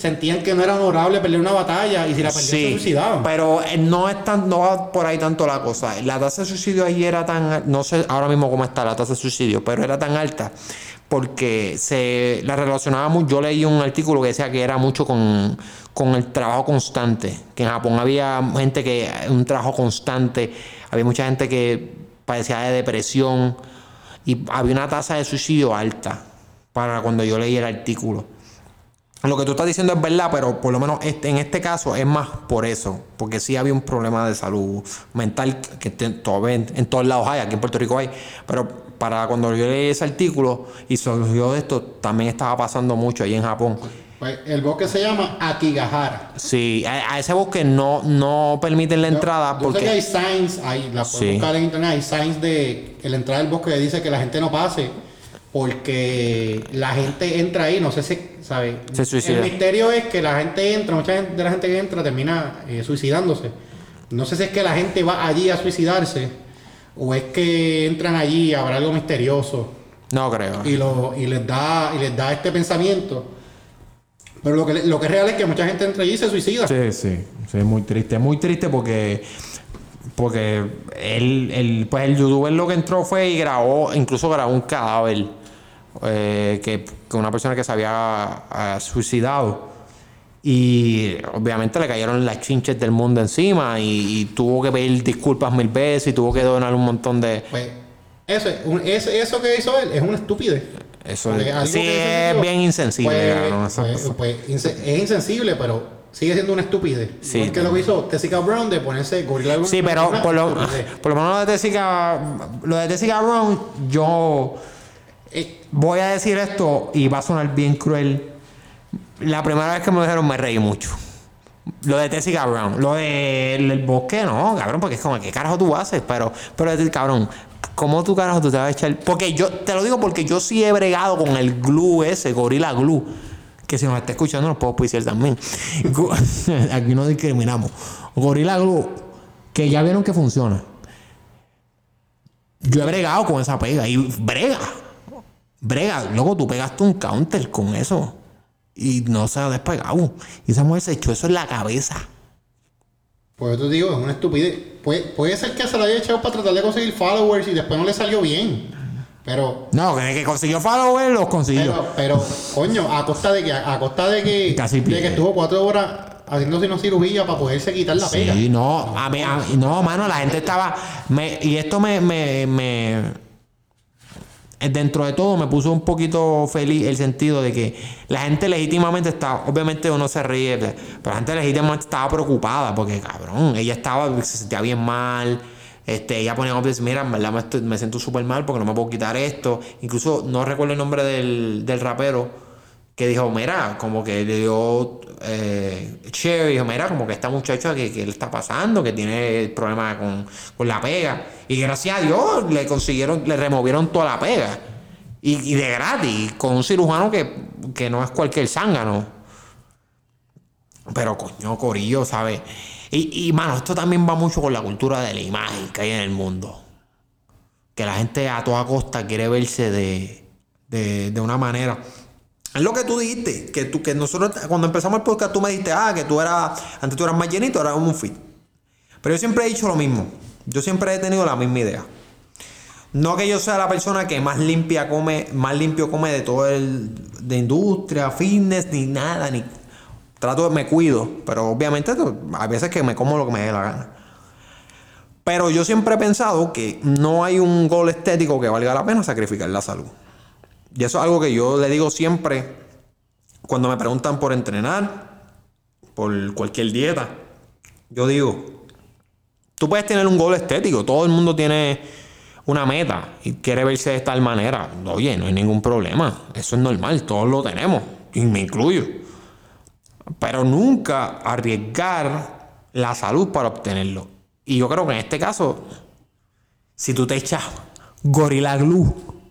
sentían que no era honorable perder una batalla y si la perdían se Sí, suicidaban. pero no va por ahí tanto la cosa. La tasa de suicidio ahí era no sé ahora mismo cómo está la tasa de suicidio, pero era tan alta porque se la relacionaba mucho. Yo leí un artículo que decía que era mucho con el trabajo constante, que en Japón había gente que un trabajo constante, había mucha gente que padecía de depresión y había una tasa de suicidio alta para cuando yo leí el artículo. Lo que tú estás diciendo es verdad, pero por lo menos en este caso es más por eso, porque sí había un problema de salud mental que todavía en todos lados hay, aquí en Puerto Rico hay, pero para cuando yo leí ese artículo y surgió de esto, también estaba pasando mucho ahí en Japón. Pues el bosque se llama Akigahara. Sí, a ese bosque no permiten la entrada Yo sé que porque... hay signs, la puedes buscar en internet, hay signs de que la entrada del bosque dice que la gente no pase porque la gente entra ahí, no sé si, ¿sabes? Se suicida. El misterio es que la gente entra, mucha gente de la gente que entra termina suicidándose. No sé si es que la gente va allí a suicidarse o es que entran allí y habrá algo misterioso No creo. y les da este pensamiento. Pero lo que es real es que mucha gente entra allí y se suicida. Sí, es muy triste porque pues el youtuber lo que entró fue y incluso grabó un cadáver que una persona que se había suicidado y obviamente le cayeron las chinches del mundo encima y tuvo que pedir disculpas 1000 veces y tuvo que donar un montón de... Pues eso que hizo él es una estupidez. Eso Porque algo sí que es bien insensible. es insensible, pero sigue siendo una estupidez. Sí, Igual que lo que hizo Tessica Brown de ponerse Gorilla Glue. Sí, pero por lo menos lo de Tessica Brown, yo voy a decir esto y va a sonar bien cruel. La primera vez que me lo dijeron me reí mucho. Lo de Tessica Brown. Lo del bosque, no, cabrón, porque es como, ¿qué carajo tú haces? Pero cabrón, ¿cómo tú carajo tú te vas a echar? Porque yo te lo digo porque yo sí he bregado con el glue ese, Gorilla Glue. Que si nos está escuchando nos puedo auspiciar también. Aquí no discriminamos. Gorilla Glue, que ya vieron que funciona. Yo he bregado con esa pega y brega, luego tú pegaste un counter con eso y no se ha despegado. Y esa mujer se echó eso en la cabeza. Pues yo te digo, es una estupidez. Puede ser que se lo haya echado para tratar de conseguir followers y después no le salió bien. Pero... No, que consiguió followers, los consiguió. Pero coño, a costa de que Casi de que estuvo 4 horas haciéndose una cirugía para poderse quitar la pega. Sí, no, mano, la gente estaba... y esto dentro de todo me puso un poquito feliz el sentido de que la gente legítimamente estaba... Obviamente uno se ríe, pero la gente legítimamente estaba preocupada porque, cabrón, ella se sentía bien mal. Ella ponía obvios, mira, en verdad me siento súper mal porque no me puedo quitar esto. Incluso no recuerdo el nombre del rapero que dijo, mira, como que le dio Cherry, dijo, mira, como que esta muchacha que le está pasando, que tiene problemas con la pega. Y gracias a Dios le removieron toda la pega. Y de gratis, con un cirujano que no es cualquier zángano. Pero coño, corillo, ¿sabes? Y mano, esto también va mucho con la cultura de la imagen que hay en el mundo. Que la gente a toda costa quiere verse de una manera. Es lo que tú dijiste, que nosotros cuando empezamos el podcast tú me dijiste, antes tú eras más llenito, ahora un fit. Pero yo siempre he dicho lo mismo. Yo siempre he tenido la misma idea. No que yo sea la persona que más limpio come de todo de industria, fitness, ni nada, me cuido, pero obviamente hay veces que me como lo que me dé la gana. Pero yo siempre he pensado que no hay un gol estético que valga la pena sacrificar la salud. Y eso es algo que yo le digo siempre cuando me preguntan por entrenar, por cualquier dieta. Yo digo, tú puedes tener un gol estético, todo el mundo tiene una meta y quiere verse de tal manera. Oye, no hay ningún problema, eso es normal, todos lo tenemos, y me incluyo. Pero nunca arriesgar la salud para obtenerlo. Y yo creo que en este caso, si tú te echas Gorilla Glue,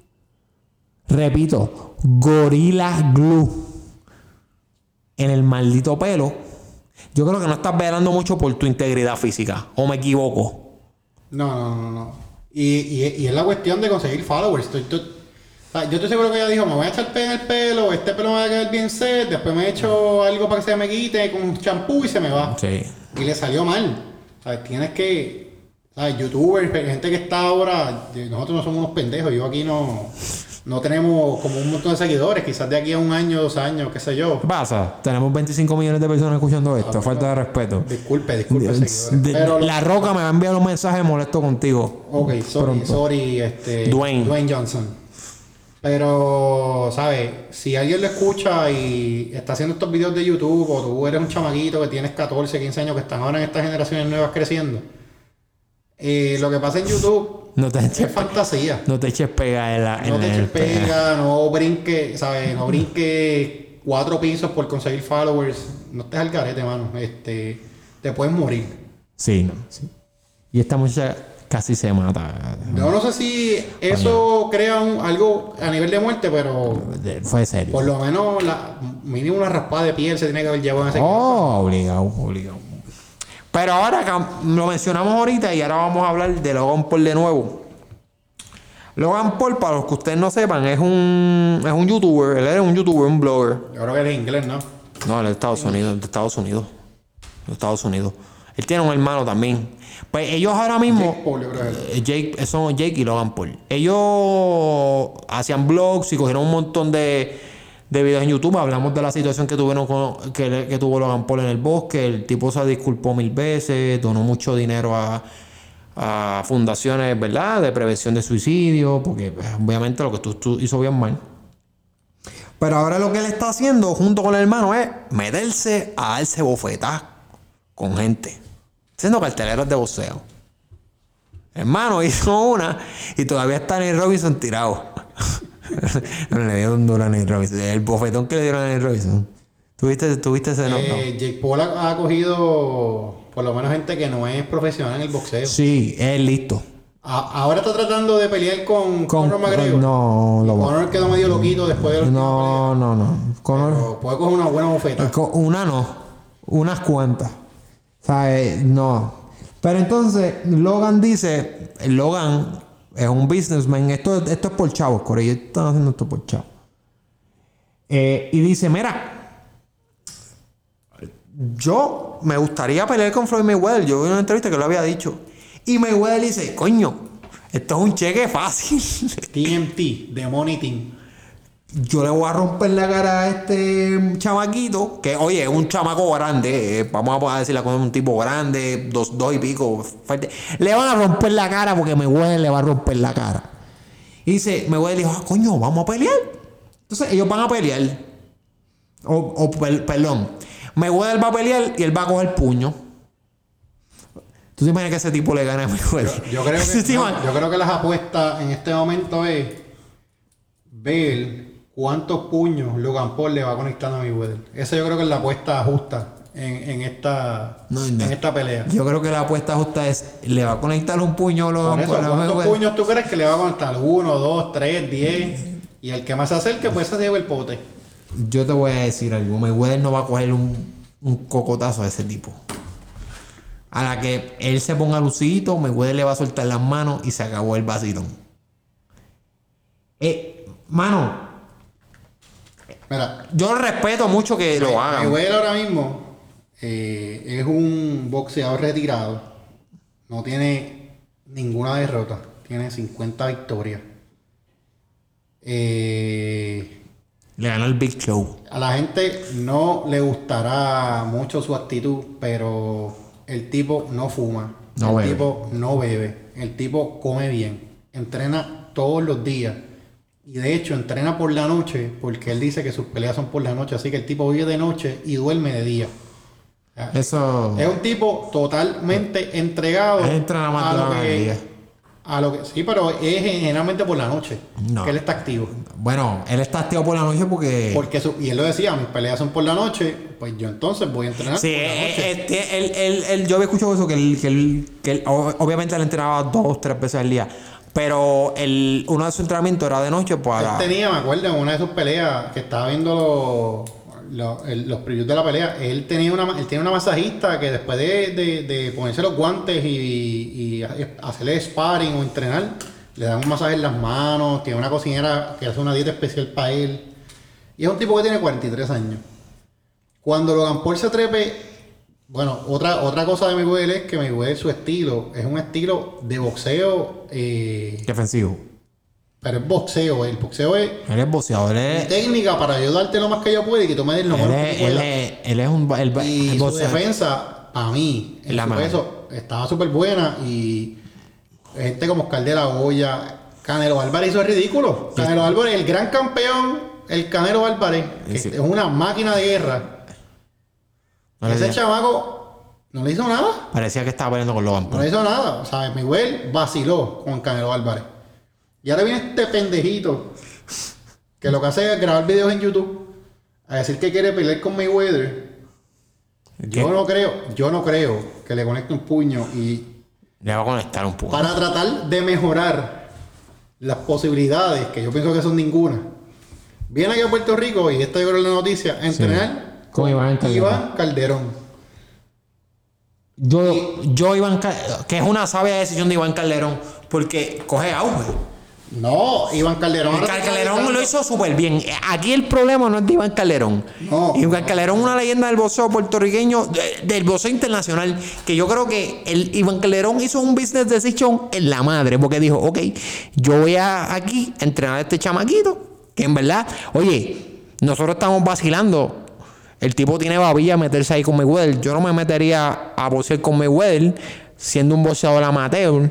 repito, Gorilla Glue en el maldito pelo, yo creo que no estás velando mucho por tu integridad física. ¿O me equivoco? No. Y es la cuestión de conseguir followers. sea, yo estoy seguro que ella dijo, me voy a echar pelo en el pelo, este pelo me va a quedar bien set, después me echo algo para que se me quite con un champú y se me va. Sí. Y le salió mal. ¿Sabes? Tienes que... ¿Sabes? Youtubers, gente que está ahora... Nosotros no somos unos pendejos. Yo aquí no tenemos como un montón de seguidores. Quizás de aquí a 1 año, 2 años, qué sé yo. ¿Qué pasa? Tenemos 25 millones de personas escuchando esto. Falta de respeto. Disculpe, seguidores. Pero La Roca me va a enviar un mensaje molesto contigo. Ok, sorry, Dwayne Johnson. Pero, ¿sabes? Si alguien lo escucha y está haciendo estos videos de YouTube, o tú eres un chamaquito que tienes 14, 15 años, que están ahora en estas generaciones nuevas creciendo, lo que pasa en YouTube es fantasía. No te eches pega No te eches pega, no brinque, ¿sabes? No brinque 4 pisos por conseguir followers. No estés al garete, mano. Te puedes morir. Sí. Y esta muchacha casi se mata. Yo no sé si eso crea algo a nivel de muerte, pero fue serio. por lo menos mínimo una raspada de piel se tiene que haber llevado en ese caso. Obligado. Pero ahora lo mencionamos ahorita y ahora vamos a hablar de Logan Paul de nuevo. Logan Paul, para los que ustedes no sepan, es un youtuber. Él es un youtuber, un blogger. Yo creo que él es inglés, ¿no? No, él es de Estados Unidos. Él tiene un hermano también. Pues ellos ahora mismo... Jake Paul, yo creo que son Jake y Logan Paul. Ellos hacían blogs y cogieron un montón de videos en YouTube. Hablamos de la situación que tuvieron que tuvo Logan Paul en el bosque. El tipo se disculpó 1000 veces, donó mucho dinero a fundaciones, ¿verdad?, de prevención de suicidio, porque obviamente lo que tú hizo bien mal. Pero ahora lo que él está haciendo junto con el hermano es meterse a darse bofetas con gente, siendo carteleros de boxeo. Hermano hizo una y todavía está Nate Robinson tirado. Le dieron duro a Nate Robinson. El bofetón que le dieron a Nate Robinson. ¿Tuviste ese no? Jake Paul ha cogido por lo menos gente que no es profesional en el boxeo. Sí, es listo. Ahora está tratando de pelear con Conor McGregor. Conor quedó medio loquito después de los No. Conor puede coger una buena bofeta. Una no. Unas cuantas. ¿Sabes? No. Pero entonces, Logan dice... Logan es un businessman. Esto es por chavos, Corey. Ellos están haciendo esto por chavos. Y dice, mira... Yo me gustaría pelear con Floyd Mayweather. Yo vi una entrevista que lo había dicho. Y Mayweather dice, coño, esto es un cheque fácil. TMT, The Money Team. Yo le voy a romper la cara a este chamaquito, que oye, es un chamaco grande, vamos a decir la cosa, un tipo grande, dos y pico, fuerte. Le van a romper la cara porque Mayweather le va a romper la cara. Y dice, Mayweather dijo, coño, vamos a pelear. Entonces ellos van a pelear. Perdón. Mayweather va a pelear y él va a coger puño. ¿Tú te imaginas que ese tipo le gana a Mayweather? Yo creo que las apuestas en este momento es ver cuántos puños Logan Paul le va conectando a Mayweather. Esa yo creo que es la apuesta justa en esta pelea. Yo creo que la apuesta justa es, ¿le va a conectar un puño a Logan Paul? ¿Cuántos puños tú crees que le va a conectar? 1, 2, 3, 10. Y el que más se acerque, pues se lleva el pote. Yo te voy a decir algo. Mayweather no va a coger un cocotazo a ese tipo. A la que él se ponga lucidito, Mayweather le va a soltar las manos y se acabó el vacilón. Mano, mira, yo respeto mucho que lo hagan. Mayweather ahora mismo es un boxeador retirado. No tiene ninguna derrota. Tiene 50 victorias. Le ganó el Big Show. A la gente no le gustará mucho su actitud, pero el tipo no fuma. El tipo no bebe. El tipo come bien. Entrena todos los días. Y de hecho entrena por la noche, porque él dice que sus peleas son por la noche. Así que el tipo vive de noche y duerme de día. Eso... Es un tipo totalmente entregado a lo que sí, pero es generalmente por la noche que él está activo. Bueno, él está activo por la noche porque y él lo decía, mis peleas son por la noche, pues yo entonces voy a entrenar sí, por la noche. Él yo había escuchado eso, que él obviamente él entrenaba 2-3 veces al día, pero uno de sus entrenamientos era de noche para... Él tenía, me acuerdo, en una de sus peleas que estaba viendo los previews de la pelea, él tiene una masajista que después de ponerse los guantes y hacerle sparring o entrenar, le dan un masaje en las manos, tiene una cocinera que hace una dieta especial para él. Y es un tipo que tiene 43 años. Cuando Logan Paul se trepe, bueno, otra cosa de Mayweather es que Mayweather, su estilo, es un estilo de boxeo. Defensivo. Pero es boxeo, el boxeo es Él es boxeador, mi técnica para ayudarte lo más que yo pueda y que tú me des lo más que tú puedas. él es un Y el su boxeador. defensa, para mí, en La su mejor. peso, estaba súper buena y gente como Oscar de la Hoya, Canelo Álvarez hizo el ridículo. Canelo Álvarez, el gran campeón, el Canelo Álvarez, que Sí. es una máquina de guerra. No le Ese dio- chamaco no le hizo nada. Parecía que estaba peleando con Logan No Paul. le hizo nada. O sea, Miguel vaciló con Canelo Álvarez. Y ahora viene este pendejito que lo que hace es grabar videos en YouTube a decir que quiere pelear con Mayweather. Yo no creo que le conecte un puño y Le va a conectar un poco. para tratar de mejorar las posibilidades, que yo pienso que son ninguna. Viene aquí a Puerto Rico y esta yo creo que es la noticia, a entrenar Con Iván Calderón. Iván Calderón. Que es una sabia decisión de Iván Calderón, porque coge auge. No, Iván Calderón. Calderón lo hizo súper bien. Aquí el problema no es de Iván Calderón. No. Iván Calderón es una leyenda del boxeo puertorriqueño, del boxeo internacional, que yo creo que Iván Calderón hizo un business decision en la madre, porque dijo, ok, yo voy aquí a entrenar a este chamaquito, que en verdad, oye, nosotros estamos vacilando. El tipo tiene babilla a meterse ahí con Mayweather. Yo no me metería a boxear con Mayweather siendo un boxeador amateur.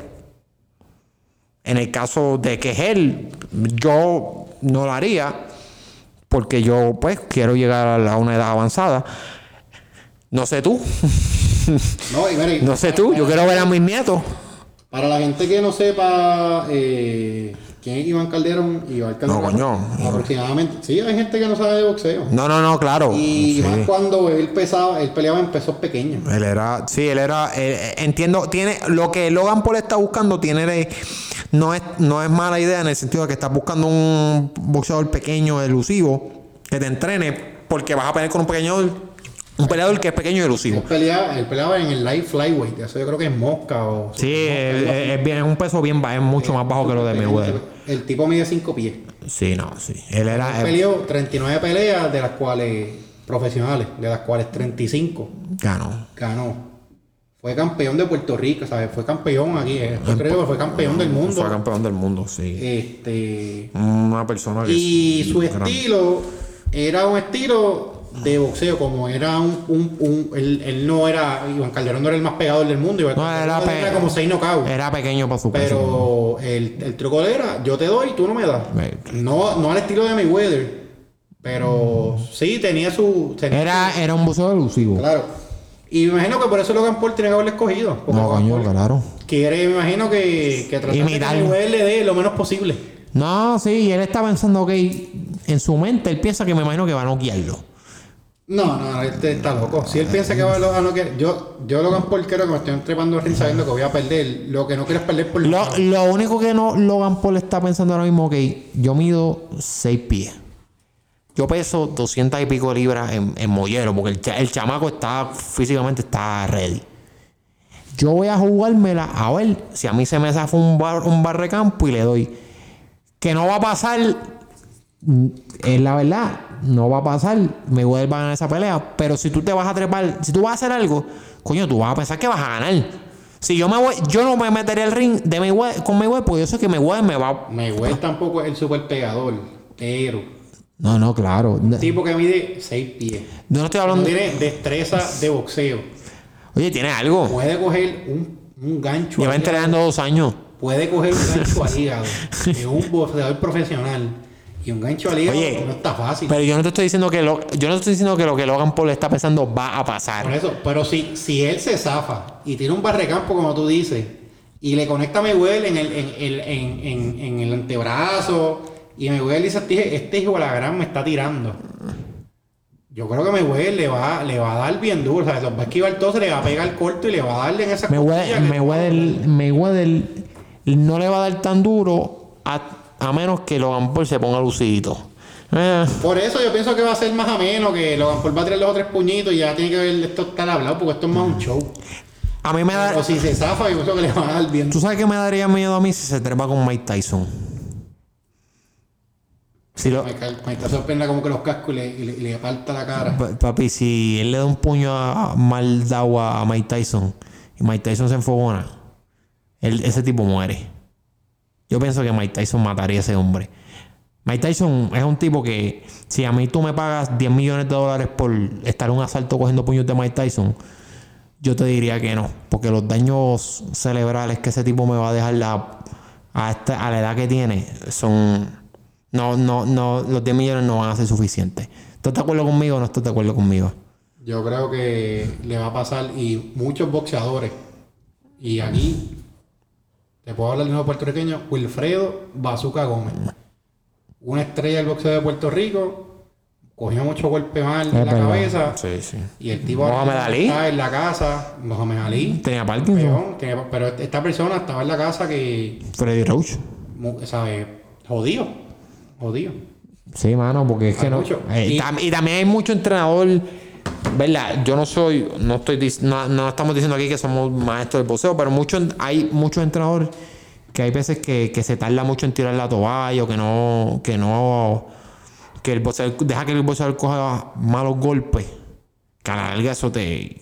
En el caso de que es él, yo no lo haría porque yo pues quiero llegar a una edad avanzada. No sé tú, No, y mire, no sé tú, yo quiero ver a mis nietos. para la gente que no sepa quién es Iván Calderón, Iván Calderón. No, coño. Aproximadamente. Sí, hay gente que no sabe de boxeo. No, claro. Y Sí. más cuando él peleaba en pesos pequeños. Él era, entiendo, tiene lo que Logan Paul está buscando, no es mala idea en el sentido de que estás buscando un boxeador pequeño, elusivo, que te entrene, porque vas a pelear con un peleador que es pequeño y elusivo. Él peleaba en el light flyweight, eso yo creo que es Mosca o... Sí, es un peso bien bajo, es mucho más bajo que lo de Mayweather. El tipo mide 5 pies. Sí, no, sí. Él era. Él peleó 39 peleas, de las cuales profesionales, de las cuales 35 ganó. Fue campeón de Puerto Rico, ¿sabes? Fue campeón aquí. Yo creo que fue campeón del mundo. Fue campeón del mundo, sí. Una persona que. Y su grande. estilo era un estilo de boxeo, como era él no era, Iván Calderón no era el más pegador del mundo, Iván No, Calderón era era como 6 knockouts. Era pequeño para su peso. Pero el truco de él era, yo te doy, tú no me das. No al estilo de Mayweather, pero sí tenía su... Era un boxeador elusivo. Claro. Y me imagino que por eso Logan Paul tiene que haberle escogido. Porque No, Logan coño, Paul claro. quiere, me imagino que tratar de que Imitar. Mayweather le dé lo menos posible. No, sí, él está pensando, ok, en su mente él piensa que me imagino que va a noquearlo. No, este está loco. Si él piensa que va a noquear, yo Logan Paul creo que me estoy trepando el ring sabiendo que voy a perder. Lo que no quiero es perder por Lo único que no Logan Paul está pensando ahora mismo, ok, yo mido 6 pies. Yo peso 200 y pico libras en mollero, porque el chamaco físicamente está ready. Yo voy a jugármela a ver si a mí se me zafa un bar de campo y le doy. Que no va a pasar, es la verdad, no va a pasar. Mayweather va a ganar esa pelea, pero si tú te vas a trepar, si tú vas a hacer algo, coño, tú vas a pensar que vas a ganar. Si yo no me metería el ring de con Mayweather, porque yo sé que Mayweather me va. Mayweather tampoco es el super pegador, pero No, claro. un tipo que mide 6 pies. Yo no estoy No hablando. tiene destreza de boxeo. Oye, tiene algo. Puede coger un gancho. Lleva al hígado. entrenando 2 años. Puede coger un gancho al hígado. Es un boxeador profesional. Y un gancho al hígado Oye, no está fácil. Pero yo no te estoy diciendo que lo que Logan Paul está pensando va a pasar. Por eso, pero si él se zafa y tiene un barrecampo, como tú dices, y le conecta a Mayweather en el antebrazo, y Mayweather dice, este hijo de la gran me está tirando. Yo creo que Mayweather le va a dar bien duro, ¿sabes? Va a esquivar todo, se le va a pegar corto y le va a darle en esa costilla que- Mayweather no le va a dar tan duro a menos que Logan Paul se ponga lucidito. Por eso yo pienso que va a ser más ameno, que Logan Paul va a tirar los 2 o 3 puñitos y ya tiene que ver esto estar hablado, porque esto es más un show. A mí me da... O si se zafa, yo pienso que le va a dar bien. ¿Tú sabes qué me daría miedo a mí si se trepa con Mike Tyson? Si lo... Me está sorprendiendo como que los cascos y le aparta la cara. Papi, si él le da un puño mal de agua a Mike Tyson y Mike Tyson se enfogona, ese tipo muere. Yo pienso que Mike Tyson mataría a ese hombre. Mike Tyson es un tipo que, si a mí tú me pagas $10 millones por estar en un asalto cogiendo puños de Mike Tyson, yo te diría que no. Porque los daños cerebrales que ese tipo me va a dejar a la edad que tiene son... No, los 10 millones no van a ser suficientes. ¿Tú estás de acuerdo conmigo o no estás de acuerdo conmigo? Yo creo que le va a pasar y muchos boxeadores. Y aquí, te puedo hablar de uno puertorriqueño, Wilfredo Bazooka Gómez. Una estrella del boxeo de Puerto Rico. Cogió mucho golpe mal en la cabeza. Sí, sí. Y el tipo Mohamed Ali. estaba en la casa. Mohamed Ali. Tenía Parkinson. Pero esta persona estaba en la casa que... Freddy Roach. ¿Sabes? Jodido. Sí, mano, porque es que no. Y también hay mucho entrenador, ¿verdad? Yo no soy, no estamos diciendo aquí que somos maestros del boxeo, pero hay muchos entrenadores que hay veces que se tarda mucho en tirar la toalla, o que el boxeador deja que el boxeador coja malos golpes, que a la larga eso te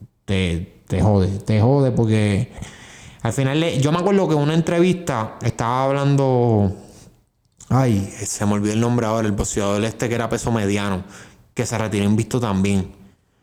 jode porque al final yo me acuerdo que en una entrevista estaba hablando. Ay, se me olvidó el nombre ahora. El boxeador que era peso mediano. Que se retiró invicto también.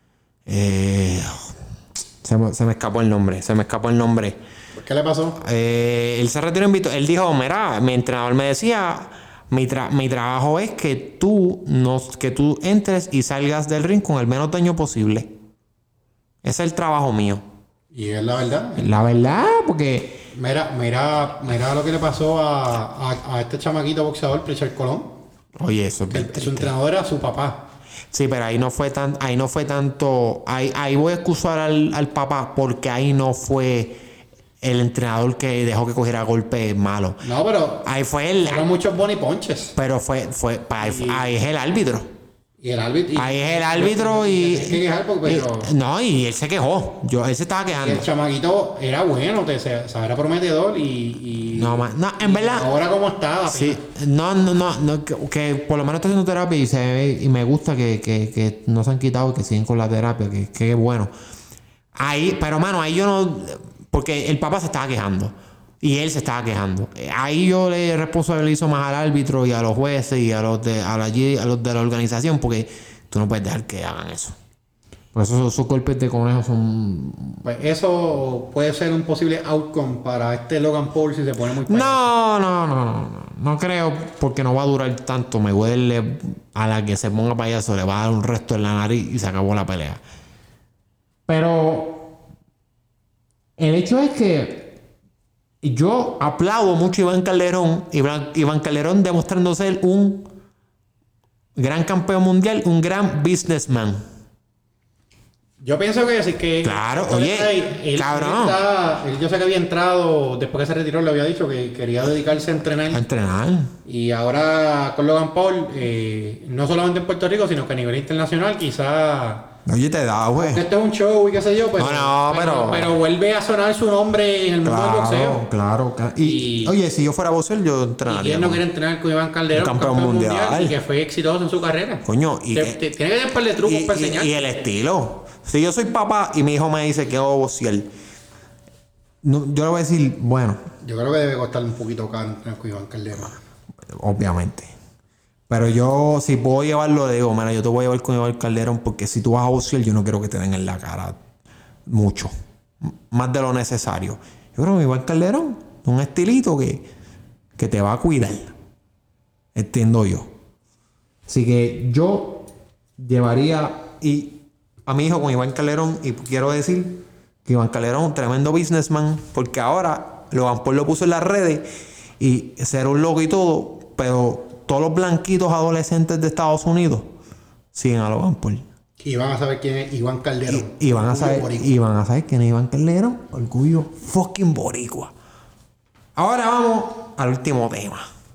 Se me escapó el nombre. ¿Por qué le pasó? Él se retiró invicto. Él dijo, mira, mi entrenador me decía, mi trabajo es que tú entres y salgas del ring con el menos daño posible. Ese es el trabajo mío. Y es la verdad. La verdad, porque... Mira lo que le pasó a este chamaquito boxeador, Pritchard Colón. Oye, eso es Que su entrenador era su papá. Sí, pero ahí no fue tanto. Ahí voy a excusar al papá, porque ahí no fue el entrenador que dejó que cogiera golpes malos. No, pero ahí fue él. Fueron muchos Bonnie Ponches. Pero ahí es el árbitro. Y el árbitro. Ahí es el árbitro y. No, y él se quejó. Él se estaba quejando. Y el chamaquito era bueno, era prometedor No, en verdad. Ahora como estaba. Sí, no, que por lo menos está haciendo terapia y me gusta que no se han quitado y que siguen con la terapia, que es bueno. Ahí, pero mano, ahí yo no. Porque el papá se estaba quejando. Y él se estaba quejando. Ahí yo le responsabilizo más al árbitro y a los jueces y a los de la organización, porque tú no puedes dejar que hagan eso. Por eso esos golpes de conejo son... Pues eso puede ser un posible outcome para este Logan Paul si se pone muy payaso. No creo, porque no va a durar tanto. Me huele a la que se ponga payaso, le va a dar un resto en la nariz y se acabó la pelea. Pero el hecho es que yo aplaudo mucho a Iván Calderón. Iván Calderón demostrando ser un gran campeón mundial, un gran businessman. Yo pienso que sí que... Claro, oye, cabrón. Yo sé que había entrado, después que se retiró, le había dicho que quería dedicarse a entrenar. A entrenar. Y ahora con Logan Paul, no solamente en Puerto Rico, sino que a nivel internacional, quizá... Oye, te da, güey. Este es un show y qué sé yo, pues, pero vuelve a sonar su nombre en el mundo del boxeo. Claro. Y oye, si yo fuera boxeador, yo entrenaría. ¿Y quién no quiere entrenar con Iván Calderón, campeón mundial? Y que fue exitoso en su carrera? Coño, tiene que tener un par de trucos para enseñar. Y el estilo. Si yo soy papá y mi hijo me dice que hago boxear, yo le voy a decir, bueno. Yo creo que debe costarle un poquito caro entrenar con Iván Calderón. Obviamente. Pero yo, si puedo llevarlo, le digo, mira, yo te voy a llevar con Iván Calderón, porque si tú vas a boxear, yo no quiero que te den en la cara mucho. Más de lo necesario. Yo creo que Iván Calderón es un estilito que te va a cuidar. Entiendo yo. Así que yo llevaría a mi hijo con Iván Calderón, y quiero decir que Iván Calderón es un tremendo businessman, porque ahora Logan Paul lo puso en las redes y ser un loco y todo, pero todos los blanquitos adolescentes de Estados Unidos siguen a Logan Paul. Y van a saber quién es Iván Calderón. Y van a saber quién es Iván Calderón. Orgullo fucking boricua. Ahora vamos al último tema.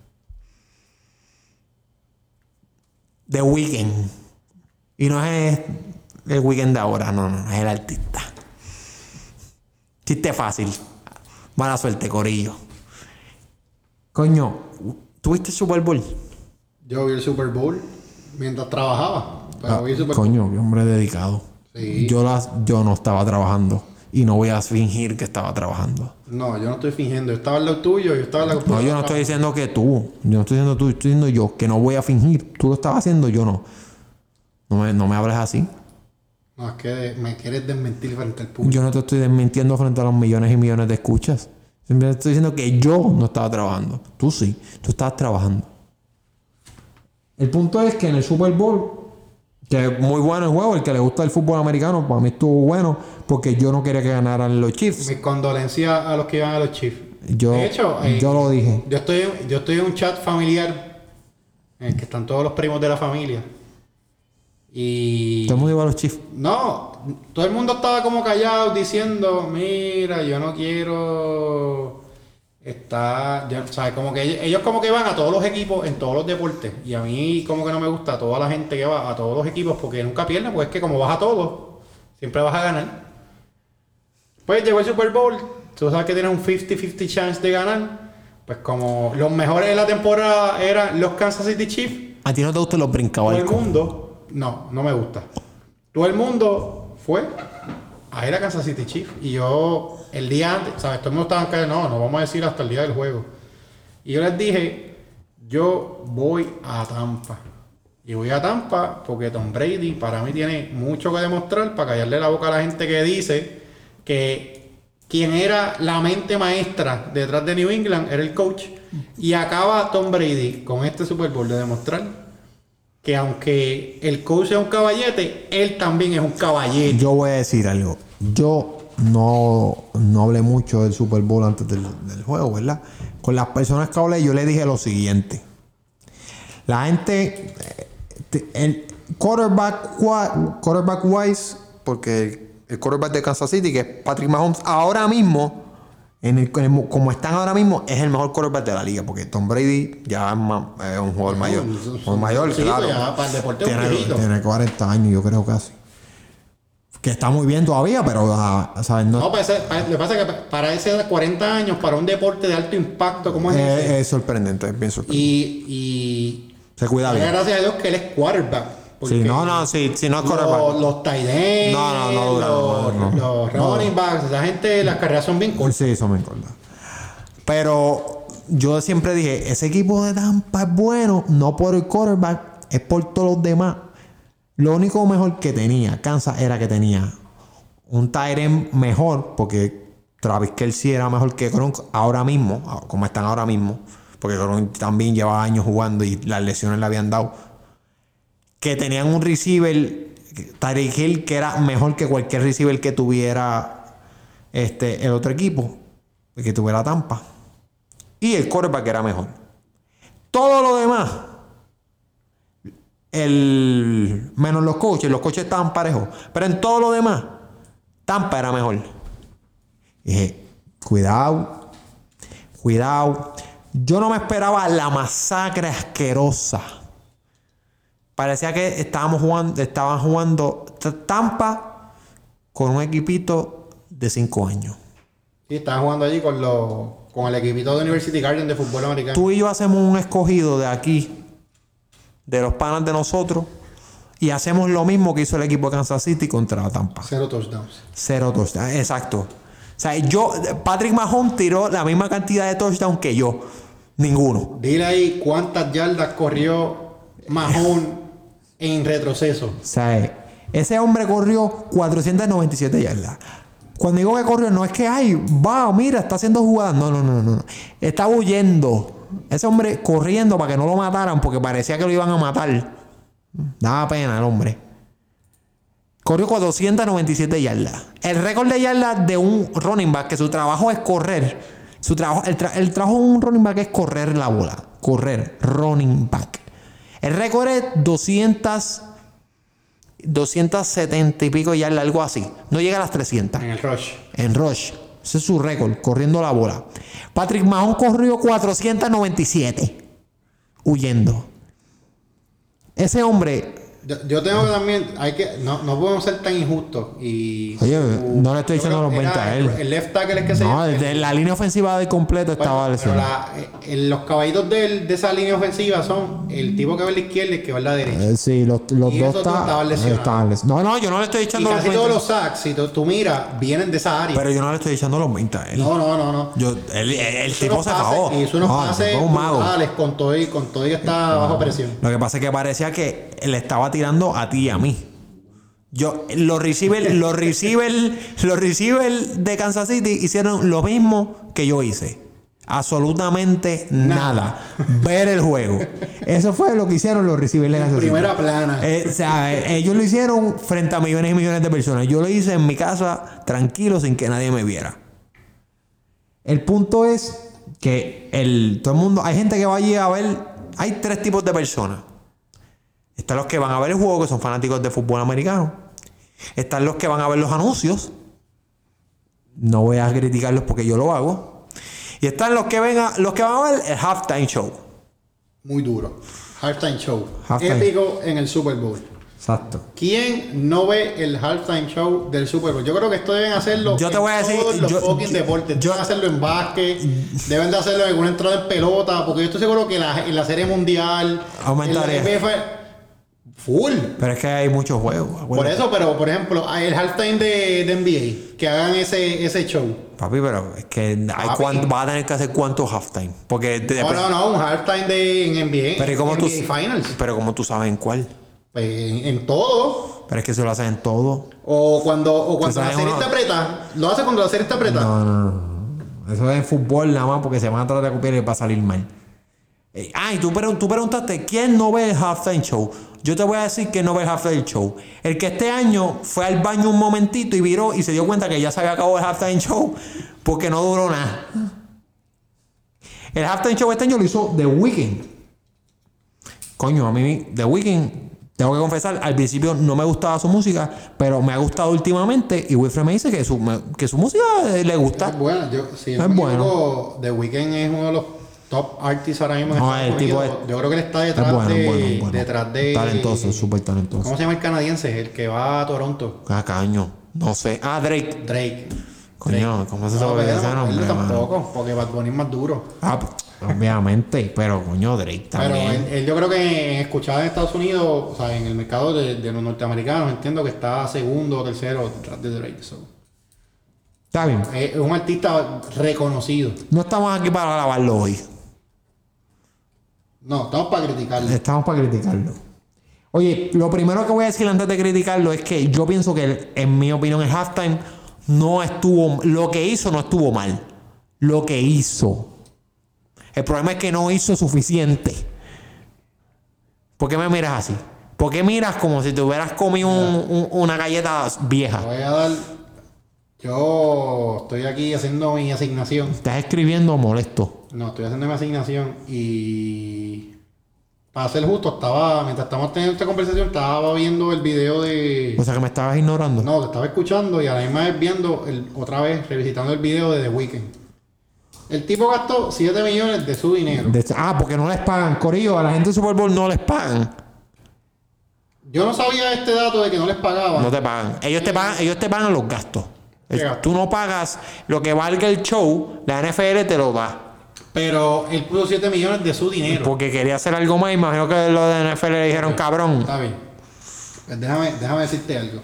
The Weeknd. Y no es el Weeknd de ahora, no, es el artista. Chiste fácil. Mala suerte, corillo. Coño, ¿tuviste el Super Bowl? Yo vi el Super Bowl mientras trabajaba. Pero vi el Super Bowl. Coño, qué hombre dedicado. Sí. Yo no estaba trabajando. Y no voy a fingir que estaba trabajando. No, yo no estoy fingiendo. Yo estaba en lo tuyo, yo estaba en la No, computadora. yo no estoy diciendo que tú. Yo no estoy diciendo tú, estoy diciendo yo. Que no voy a fingir. Tú lo estabas haciendo, yo no. No me hables así. No, es que me quieres desmentir frente al público. Yo no te estoy desmintiendo frente a los millones y millones de escuchas. Simplemente estoy diciendo que yo no estaba trabajando. Tú sí. Tú estabas trabajando. El punto es que en el Super Bowl, que es muy bueno el juego, el que le gusta el fútbol americano, para mí estuvo bueno porque yo no quería que ganaran los Chiefs. Mis condolencias a los que iban a los Chiefs. Yo, De hecho, yo lo dije. yo estoy en un chat familiar en el que están todos los primos de la familia. Y Todo el mundo iba a los Chiefs. no, todo el mundo estaba como callado diciendo, mira, yo no quiero estar, ¿sabes? Como que ellos como que van a todos los equipos en todos los deportes. Y a mí como que no me gusta toda la gente que va a todos los equipos porque nunca pierden, porque es que como vas a todos, siempre vas a ganar. Pues llegó el Super Bowl, tú sabes que tienes un 50-50 chance de ganar. Pues como los mejores de la temporada eran los Kansas City Chiefs. A ti no te gustan los Todo el brincabalcos. mundo, no me gusta. Todo el mundo fue a ir a Kansas City Chiefs. Y yo, el día antes, ¿sabes? Todo el mundo estaba callado, no vamos a decir hasta el día del juego. Y yo les dije, yo voy a Tampa. Y voy a Tampa porque Tom Brady para mí tiene mucho que demostrar para callarle la boca a la gente que dice que quien era la mente maestra detrás de New England era el coach. Y acaba Tom Brady con este Super Bowl de demostrar que aunque el coach sea un caballete, él también es un caballete. Yo voy a decir algo. Yo no hablé mucho del Super Bowl antes del juego, ¿verdad? Con las personas que hablé, yo le dije lo siguiente. La gente, el quarterback wise, porque el quarterback de Kansas City, que es Patrick Mahomes, ahora mismo, como están ahora mismo, es el mejor quarterback de la liga, porque Tom Brady ya es un jugador mayor. Un jugador mayor, Sí, claro. pues ya para el deporte es un viejito. Tiene 40 años, yo creo casi. Que está muy bien todavía, pero, ¿sabes? No, pues, lo que pasa es que para ese 40 años, para un deporte de alto impacto como es ese, es sorprendente, es bien sorprendente. y Se cuida bien. gracias a Dios que él es quarterback. Sí, no es quarterback. Los tight ends, No dura, los running backs, esa gente, las carreras son bien cortas. Sí, eso me acuerdo. Pero yo siempre dije, ese equipo de Tampa es bueno, no por el quarterback, es por todos los demás. Lo único mejor que tenía Kansas era que tenía un tight end mejor, porque Travis Kelce era mejor que Gronk ahora mismo, como están ahora mismo, porque Gronk también llevaba años jugando y las lesiones le habían dado. Que tenían un receiver, Tyreek Hill, que era mejor que cualquier receiver que tuviera el otro equipo, que tuviera Tampa. Y el quarterback era mejor. Todo lo demás, menos los coaches estaban parejos. Pero en todo lo demás, Tampa era mejor. Y dije, cuidado. Yo no me esperaba la masacre asquerosa. Parecía que estaban jugando Tampa con un equipito de 5 años. Sí, estaban jugando allí con el equipito de University Garden de fútbol americano. Tú y yo hacemos un escogido de aquí, de los panas de nosotros, y hacemos lo mismo que hizo el equipo de Kansas City contra Tampa. 0 touchdowns. 0 touchdowns, exacto. O sea, Patrick Mahomes tiró la misma cantidad de touchdowns que yo. Ninguno. Dile ahí cuántas yardas corrió Mahomes en retroceso. O sea, ese hombre corrió 497 yardas. Cuando digo que corrió, no es que, mira, está haciendo jugadas. No. Estaba huyendo. Ese hombre corriendo para que no lo mataran porque parecía que lo iban a matar. Daba pena el hombre. Corrió 497 yardas. El récord de yardas de un running back, que su trabajo es correr. El trabajo de un running back es correr la bola. Correr, running back. El récord es 270 y pico yardas, algo así. No llega a las 300. En el rush. En rush. Ese es su récord, corriendo la bola. Patrick Mahomes corrió 497. Huyendo. Ese hombre, Yo tengo que también, no podemos ser tan injustos. Y Oye, no le estoy yo echando creo los que 20 a él. El left tackle es que No, desde la línea ofensiva de completo estaba Bueno, pero lesionado. los caballitos de esa línea ofensiva son el tipo que va a la izquierda y el que va a la derecha. Sí, los Y dos esos dos estaban lesionados. No, yo no le estoy Y echando los casi 20. todos los sacks, si tú miras, vienen de esa área. Pero yo no le estoy echando los 20 a él. No. El Hizo tipo unos se pases- fajó. Hizo unos No, pases fue un mago. brutales con todo y que está bajo presión. Lo que pasa es que parecía que le estaba tirando a ti y a mí. Los receivers de Kansas City hicieron lo mismo que yo hice. Absolutamente nada. Ver el juego. Eso fue lo que hicieron los receivers de Kansas City. Primera plana. O sea, ellos lo hicieron frente a millones y millones de personas. Yo lo hice en mi casa, tranquilo, sin que nadie me viera. El punto es que todo el mundo, hay gente que va allí a ver, hay tres tipos de personas. Están los que van a ver el juego, que son fanáticos de fútbol americano. Están los que van a ver los anuncios. No voy a criticarlos porque yo lo hago. Y están los que van a ver el halftime show. Muy duro. Halftime show. Halftime. Épico en el Super Bowl. Exacto. ¿Quién no ve el halftime show del Super Bowl? Yo creo que esto deben hacerlo Yo te voy a decir, todos los fucking deportes. Deben hacerlo en básquet, deben de hacerlo en alguna entrada en pelota, porque yo estoy seguro que en la Serie Mundial, Aumentaría. en la NFL, full. Pero es que hay muchos juegos. Por Acuérdate. eso, pero por ejemplo, el halftime de NBA, que hagan ese show. Papi, pero es que Papi. vas a tener que hacer cuántos halftime. Porque No, un halftime en NBA. Pero ¿y cómo tú, NBA Finals. pero como tú sabes en cuál. Pues en todo. Pero es que se lo hacen en todo. O cuando Tú la sabes serie uno- está apretada. Lo hace cuando la serie está apretada. No. Eso es en fútbol nada más porque se van a tratar de copiar y va a salir mal. Y tú preguntaste, ¿quién no ve el halftime show? Yo te voy a decir que no ve el halftime show. El que este año fue al baño un momentito y viró y se dio cuenta que ya se había acabado el halftime show porque no duró nada. El halftime show este año lo hizo The Weeknd. Coño, a mí The Weeknd, tengo que confesar, al principio no me gustaba su música, pero me ha gustado últimamente y Wilfred me dice que su música le gusta. Es buena. Es bueno. The Weeknd es uno de los top artists ahora mismo en No, Estados el tipo Unidos. es- Yo creo que él está Es detrás bueno. detrás de... Talentoso, súper talentoso. ¿Cómo se llama el canadiense? El que va a Toronto. Cacaño. No sé. Drake. Drake. Coño, ¿cómo se No, sabe pero ese él nombre, mano? tampoco, porque Bad Bunny es más duro. Obviamente, pero coño, Drake Pero también. él yo creo que escuchado en Estados Unidos, o sea, en el mercado de los norteamericanos, entiendo que está segundo o tercero detrás de Drake. So. Está bien. Es un artista reconocido. No estamos aquí para alabarlo hoy. No, estamos para criticarlo. Estamos para criticarlo. Oye, lo primero que voy a decir antes de criticarlo es que yo pienso que, en mi opinión, el halftime no estuvo... Lo que hizo no estuvo mal. Lo que hizo. El problema es que no hizo suficiente. ¿Por qué me miras así? ¿Por qué miras como si te hubieras comido una galleta vieja? Voy a dar. Yo estoy aquí haciendo mi asignación. Estás escribiendo molesto. No, estoy haciendo mi asignación y. Para ser justo, mientras estamos teniendo esta conversación, estaba viendo el video de. O sea que me estabas ignorando. No, te estaba escuchando y a la misma vez viendo otra vez, revisitando el video de The Weeknd. El tipo gastó 7 millones de su dinero. Porque no les pagan. Corillo, a la gente de Super Bowl no les pagan. Yo no sabía este dato de que no les pagaban. No te pagan. Ellos te pagan los gastos. ¿Qué gasto? Tú no pagas lo que valga el show, la NFL te lo da. Pero él puso 7 millones de su dinero. Porque quería hacer algo más. Imagino que los de NFL le dijeron, cabrón. Está bien. Pues déjame decirte algo.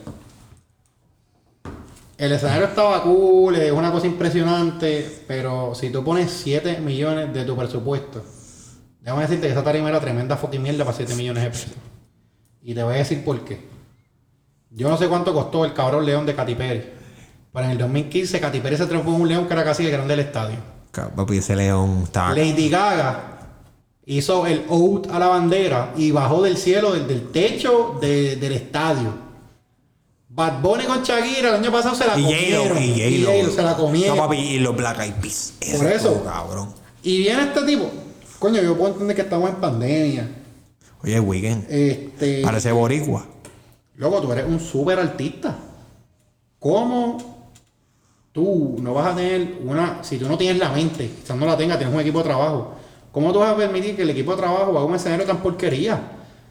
El escenario estaba cool, es una cosa impresionante, pero si tú pones 7 millones de tu presupuesto, déjame decirte que esa tarima era tremenda fucking mierda para 7 millones de pesos. Y te voy a decir por qué. Yo no sé cuánto costó el cabrón león de Katy Perry, pero en el 2015 Katy Perry se trepó en un león que era casi el grande del estadio. Papi, ese león estaba... Lady Gaga hizo el ode a la bandera y bajó del cielo, del techo del estadio. Bad Bunny con Shakira el año pasado se la comieron. Y J-Lo se la comieron. No, papi, y los Black Eyed Peas. Por eso. Todo, cabrón. Y viene este tipo. Coño, yo puedo entender que estamos en pandemia. Oye, Weekend. Parece boricua. Loco, tú eres un súper artista. ¿Cómo tú no vas a tener si tú no tienes la mente, quizás no la tengas, tienes un equipo de trabajo, ¿cómo tú vas a permitir que el equipo de trabajo haga un escenario tan porquería?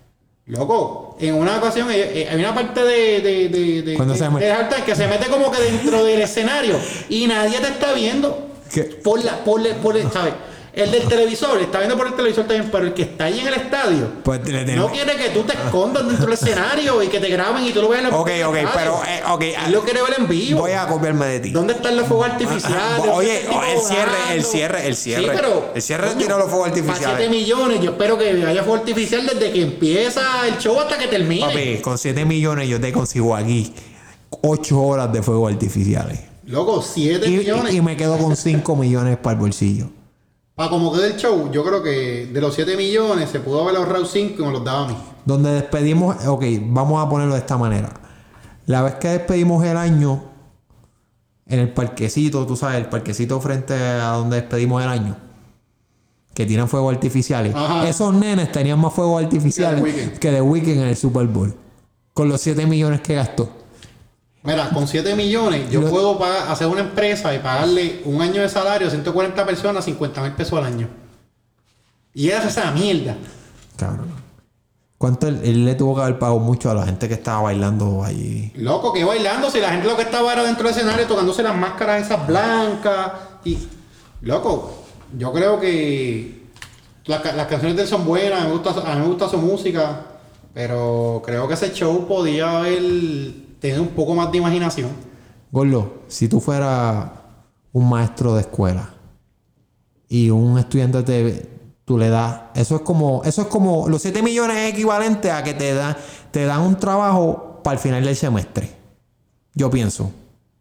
Loco, en una ocasión hay una parte de Cuando se mete. Halftime que se mete como que dentro del escenario y nadie te está viendo. ¿Qué? Por ¿sabes? El del televisor está viendo por el televisor también, pero el que está ahí en el estadio Pues no quiere que tú te escondas dentro del escenario y que te graben y tú lo veas en el Ok, estadio. pero Él lo quiere ver en vivo. voy a copiarme de ti. ¿Dónde están los fuegos artificiales? Oye, ¿Dónde está el tipo cierre. Sí, pero, El cierre coño, tiró los fuegos para 7 artificiales. millones, yo espero que haya fuego artificial desde que empieza el show hasta que termine. Papi, con 7 millones yo te consigo aquí 8 horas de fuegos artificiales. Loco, 7 millones. Y me quedo con 5 millones para el bolsillo. Para como quede el show, yo creo que de los 7 millones se pudo haber ahorrado 5 y me los daba a mí. Donde despedimos, ok, vamos a ponerlo de esta manera. La vez que despedimos el año, en el parquecito, tú sabes, el parquecito frente a donde despedimos el año, que tienen fuegos artificiales. Ajá. Esos nenes tenían más fuegos artificiales que The Weeknd en el Super Bowl. Con los 7 millones que gastó. Mira, con 7 millones yo puedo hacer una empresa y pagarle un año de salario a 140 personas, 50,000 pesos al año. Y él hace esa mierda. Cabrón. ¿Cuánto él le tuvo que haber pagado mucho a la gente que estaba bailando allí? Loco, que bailando, si la gente lo que estaba era dentro del escenario tocándose las máscaras esas blancas. Y, loco, yo creo que las canciones de él son buenas, a mí me gusta su música, pero creo que ese show podía haber tenido un poco más de imaginación. Gordo, si tú fueras un maestro de escuela y un estudiante tú le das, eso es como los 7 millones es equivalente a que te dan un trabajo para el final del semestre. Yo pienso.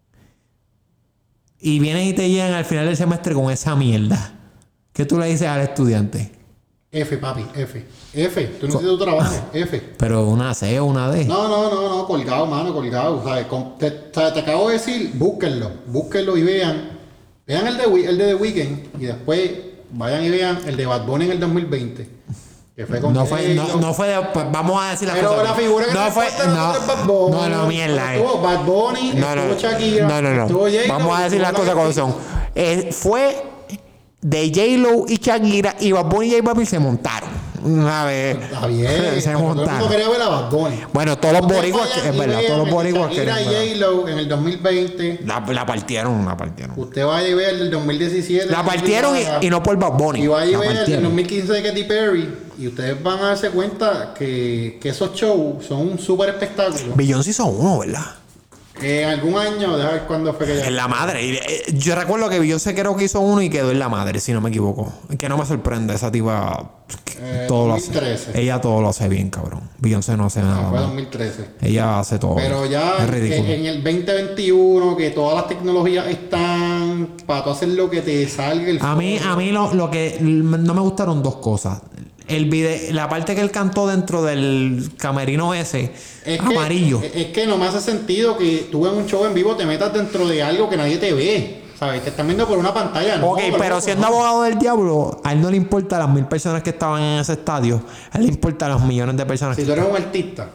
Y vienen y te llegan al final del semestre con esa mierda. ¿Qué tú le dices al estudiante? F, papi, F. F, tú necesitas tu trabajo, F. Pero una C o una D. No, colgado, mano, colgado. ¿Sabes? Te acabo de decir, búsquenlo y vean. Vean el de The Weeknd y después vayan y vean el de Bad Bunny en el 2020. Que fue con No fue pues, vamos a decir las pero cosas. la figura que no fue, Bad Bunny. no, mierda. Estuvo Bad Bunny, estuvo Shakira, No. estuvo J-Lo, Vamos a decir las cosas como son. Fue de J-Lo y Shakira y Bad Bunny y J Balvin se montaron. Una vez. Está bien. Se Todo el montaron. mundo quería ver a Bad Bunny. Bueno, todos los Ustedes boricuas, vayan es y verdad, vean todos los boricuas Shakira querían. y J-Lo en el 2020. La partieron. Usted vaya y vea el del 2017. La partieron y no por Bad Bunny. Y vaya y La vea el del partieron. 2015 de Katy Perry. Y ustedes van a darse cuenta que esos shows son un súper espectáculo. Beyoncé hizo uno, ¿verdad? En algún año, déjame ver cuándo fue que ya. En la madre. Yo recuerdo que Beyoncé creo que hizo uno y quedó en la madre, si no me equivoco. Que no me sorprende, esa tipa todo lo hace. 2013. Ella todo lo hace bien, cabrón. Beyoncé no hace nada. Fue mal. 2013. Ella hace todo. Pero ya es ridículo. en el 2021, que todas las tecnologías están para tú hacer lo que te salga el A mí lo que no me gustaron dos cosas. La parte que él cantó dentro del camerino ese, amarillo. Es que no me hace sentido que tú en un show en vivo te metas dentro de algo que nadie te ve. ¿Sabes? Te están viendo por una pantalla. No, Ok, pero loco, siendo abogado del diablo, a él no le importa las 1,000 personas que estaban en ese estadio. A él le importa los millones de personas Si tú eres un artista,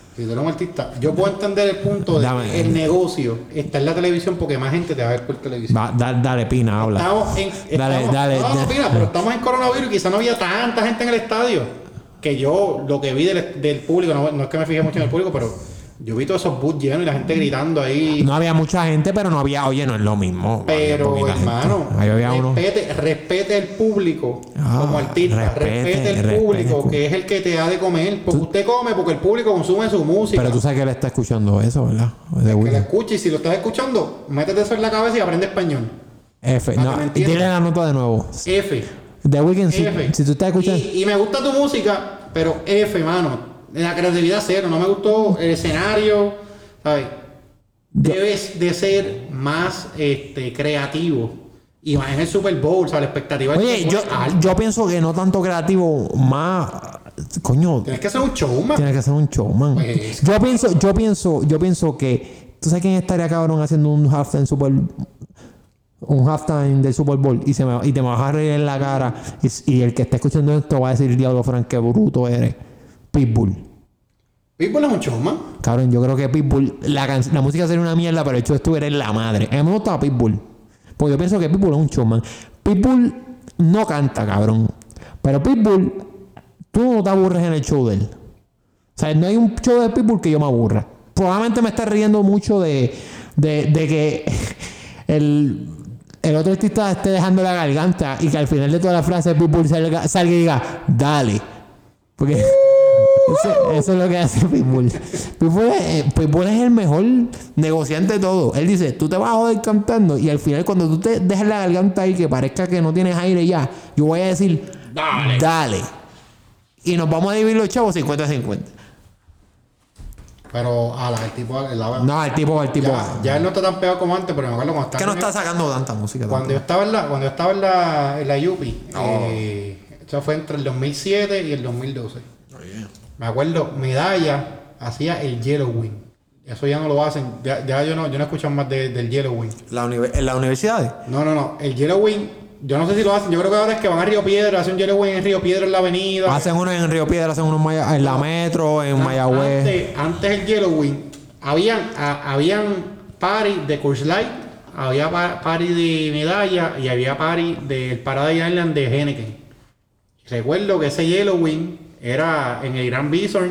yo puedo entender el punto de que el negocio está en la televisión porque más gente te va a ver por televisión. Dale, Pina, habla. Dale. No, Pina, pero estamos en coronavirus y quizá no había tanta gente en el estadio. Que yo lo que vi del público, no es que me fijé mucho en el público, pero yo vi todos esos bus llenos y la gente gritando ahí. No había mucha gente, pero no había, oye, no es lo mismo. Pero, había hermano, ahí había respete el público como artista. Respete el público, que es el que te da de comer. Porque usted come porque el público consume su música. Pero tú sabes que él está escuchando eso, ¿verdad? Que lo escuche y si lo estás escuchando, métete eso en la cabeza y aprende español. F. No, y dile la nota de nuevo. F. The Weeknd, F. si tú estás escuchando. Y me gusta tu música, pero F, mano. La creatividad cero. No me gustó el escenario. ¿Sabes? Debes de ser más creativo. Y más en el Super Bowl. O sea, la expectativa Oye, es yo pienso que no tanto creativo, más. Coño. Tienes que ser un showman. Tienes que ser un showman. Pues, Yo pienso que. ¿Tú sabes quién estaría cabrón haciendo un halftime del Super Bowl y te me vas a reír en la cara y el que está escuchando esto va a decir, diablo, Frank, qué bruto eres? Pitbull. Pitbull es un showman. Cabrón, yo creo que Pitbull, la música sería una mierda, pero el hecho estuviera en la madre. A mí me gusta Pitbull. Porque yo pienso que Pitbull es un showman. Pitbull no canta, cabrón. Pero Pitbull, tú no te aburres en el show de él. O sea, no hay un show de Pitbull que yo me aburra. Probablemente me está riendo mucho de que el otro artista esté dejando la garganta y que al final de toda la frase Pitbull salga y diga, dale. Porque eso es lo que hace Pitbull. Pitbull es el mejor negociante de todo. Él dice, tú te vas a joder cantando y al final cuando tú te dejas la garganta ahí que parezca que no tienes aire ya, yo voy a decir, dale. Y nos vamos a dividir los chavos 50-50. Pero, el tipo... No, el tipo. Ya él no está tan pegado como antes, pero me acuerdo cuando estaba... Que no está sacando tanta música. Cuando yo estaba en la Yupi, eso fue entre el 2007 y el 2012. Me acuerdo, Medalla hacía el Yellowwing. Eso ya no lo hacen. Ya yo no escucho más del Yellowwing. ¿En las universidades? No. El Yellowwing... Yo no sé si lo hacen. Yo creo que ahora es que van a Río Piedra, hacen un Yellowwing en Río Piedra en la avenida. Hacen uno en Río Piedra, hacen uno en la Metro, en Mayagüez. Antes el Yellowwing, habían party de Coors Light, había party de Medalla y había party del Paradise Island de Heineken. Recuerdo que ese Yellowwing era en el Gran Bison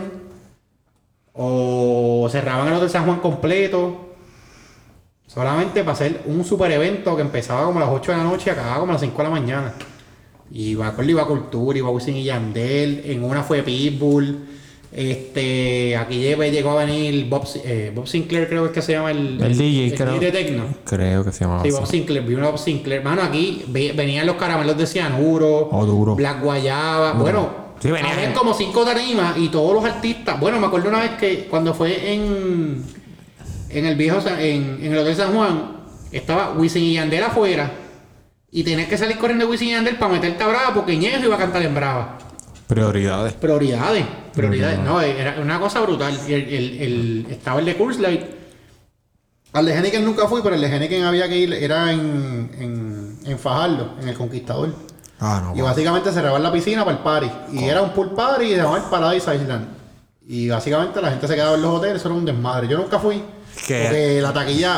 o cerraban el Hotel San Juan completo. Solamente para hacer un super evento que empezaba como a las 8 de la noche y acababa como a las 5 de la mañana. Y me acuerdo, iba Cultura, iba Wisin y Yandel, en una fue Pitbull. Aquí llegó a venir Bob Sinclair, creo que se llama el DJ, creo. DJ de Tecno. Creo que se llama Sí, así. Bob Sinclair, vi una Bob Sinclair. Mano, aquí venían los caramelos de cianuro, duro. Black Guayaba. Bueno, sí, habían como 5 tarimas y todos los artistas. Bueno, me acuerdo una vez que cuando fue en el Hotel San Juan, estaba Wisin y Yandel afuera y tenías que salir corriendo de Wisin y Yandel para meterte a Brava porque Ñejo iba a cantar en Brava. Prioridades. No, era una cosa brutal. Estaba el de Coors Light. Al de Heineken nunca fui, pero el de Heineken había que ir, era en Fajardo, en el Conquistador. Y básicamente cerraban la piscina para el party. Y era un pool party y se llamaba el Paradise Island. Y básicamente la gente se quedaba en los hoteles, eso era un desmadre. Yo nunca fui. Porque la taquilla,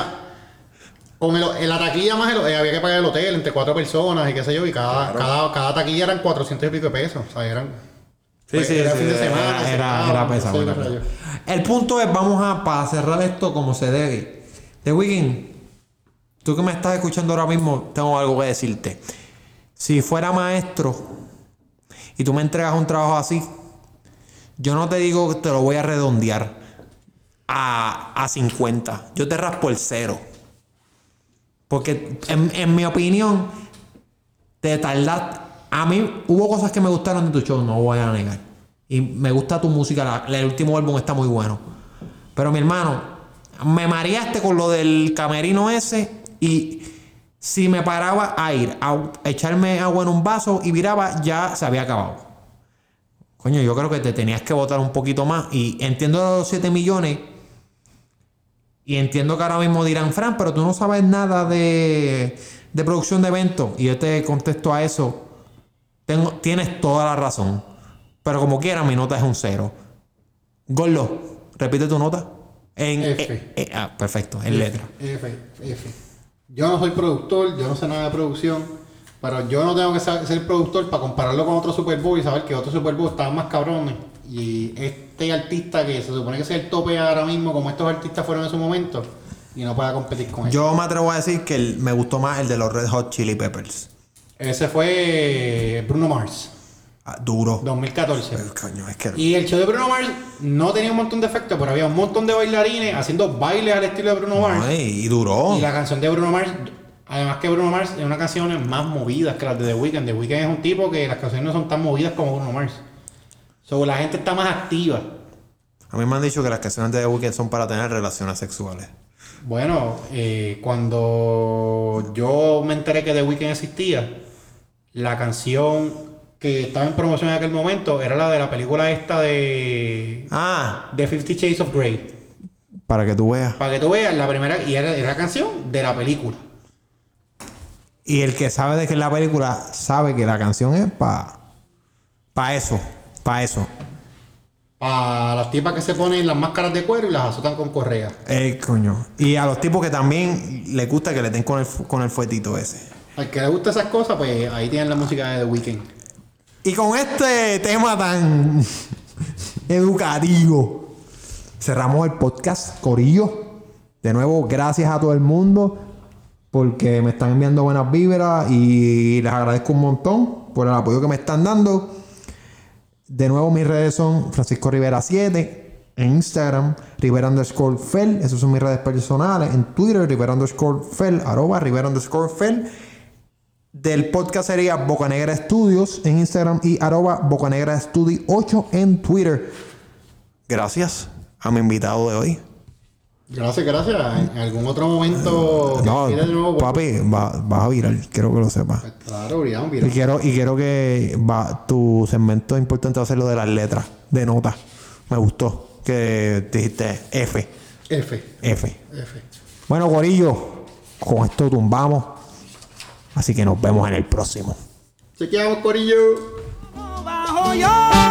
la taquilla más había que pagar el hotel entre 4 personas y qué sé yo, y cada taquilla eran 400 y pico de pesos. O sea, eran. Sí, era fin de semana. Era pesado. El punto es, para cerrar esto como se debe. The Weeknd, tú que me estás escuchando ahora mismo, tengo algo que decirte. Si fuera maestro y tú me entregas un trabajo así, yo no te digo que te lo voy a redondear a 50. Yo te raspo el 0. Porque en mi opinión, te tardaste. A mí hubo cosas que me gustaron de tu show, no voy a negar. Y me gusta tu música, el último álbum está muy bueno. Pero mi hermano, me mareaste con lo del camerino ese y si me paraba a ir a echarme agua en un vaso y viraba, ya se había acabado. Coño, yo creo que te tenías que botar un poquito más. Y entiendo los 7 millones. Y entiendo que ahora mismo dirán, Fran, pero tú no sabes nada de producción de eventos. Y yo te contesto a eso. Tienes toda la razón. Pero como quiera, mi nota es un 0. Gordo, repite tu nota. F. Perfecto, en letra. F. Yo no soy productor, yo no sé nada de producción. Pero yo no tengo que ser productor para compararlo con otro Super Bowl y saber que otros Super Bowl estaban más cabrones. Y este artista que se supone que es el tope ahora mismo, como estos artistas fueron en su momento, y no pueda competir con él. Yo me atrevo a decir que me gustó más el de los Red Hot Chili Peppers. Ese fue Bruno Mars. Duro. 2014. Coño, es que... Y el show de Bruno Mars no tenía un montón de efectos, pero había un montón de bailarines haciendo bailes al estilo de Bruno Mars. Y duró. Y la canción de Bruno Mars, además que Bruno Mars es una canción más movidas que las de The Weeknd. The Weeknd es un tipo que las canciones no son tan movidas como Bruno Mars. La gente está más activa. A mí me han dicho que las canciones de The Weeknd son para tener relaciones sexuales. Bueno, cuando yo me enteré que The Weeknd existía, la canción que estaba en promoción en aquel momento era la de la película esta de... de 50 Shades of Grey. Para que tú veas. Para que tú veas la primera... Y era la canción de la película. Y el que sabe de qué es la película sabe que la canción es para eso. Para eso. A las tipas que se ponen las máscaras de cuero y las azotan con correa. Coño. Y a los tipos que también les gusta que le den con el fuetito ese. Al que le gusta esas cosas, pues ahí tienen la música de The Weeknd. Y con este tema tan educativo. Cerramos el podcast, corillo. De nuevo, gracias a todo el mundo porque me están enviando buenas vibras y les agradezco un montón por el apoyo que me están dando. De nuevo, mis redes son Francisco Rivera 7 en Instagram, Rivera_Fel, esas son mis redes personales. En Twitter, Rivera_Fel, @Rivera_Fel. Del podcast sería Bocanegra Studios en Instagram y @Bocanegra Studio 8 en Twitter. Gracias a mi invitado de hoy. Gracias. En algún otro momento... No, de nuevo, papi, vas a virar, quiero que lo sepas. Claro, viramos. Y quiero que tu segmento importante va a ser lo de las letras, de notas. Me gustó que dijiste F. F. Bueno, gorillo, con esto tumbamos. Así que nos vemos en el próximo. Chequeamos, corillo. Bajo yo.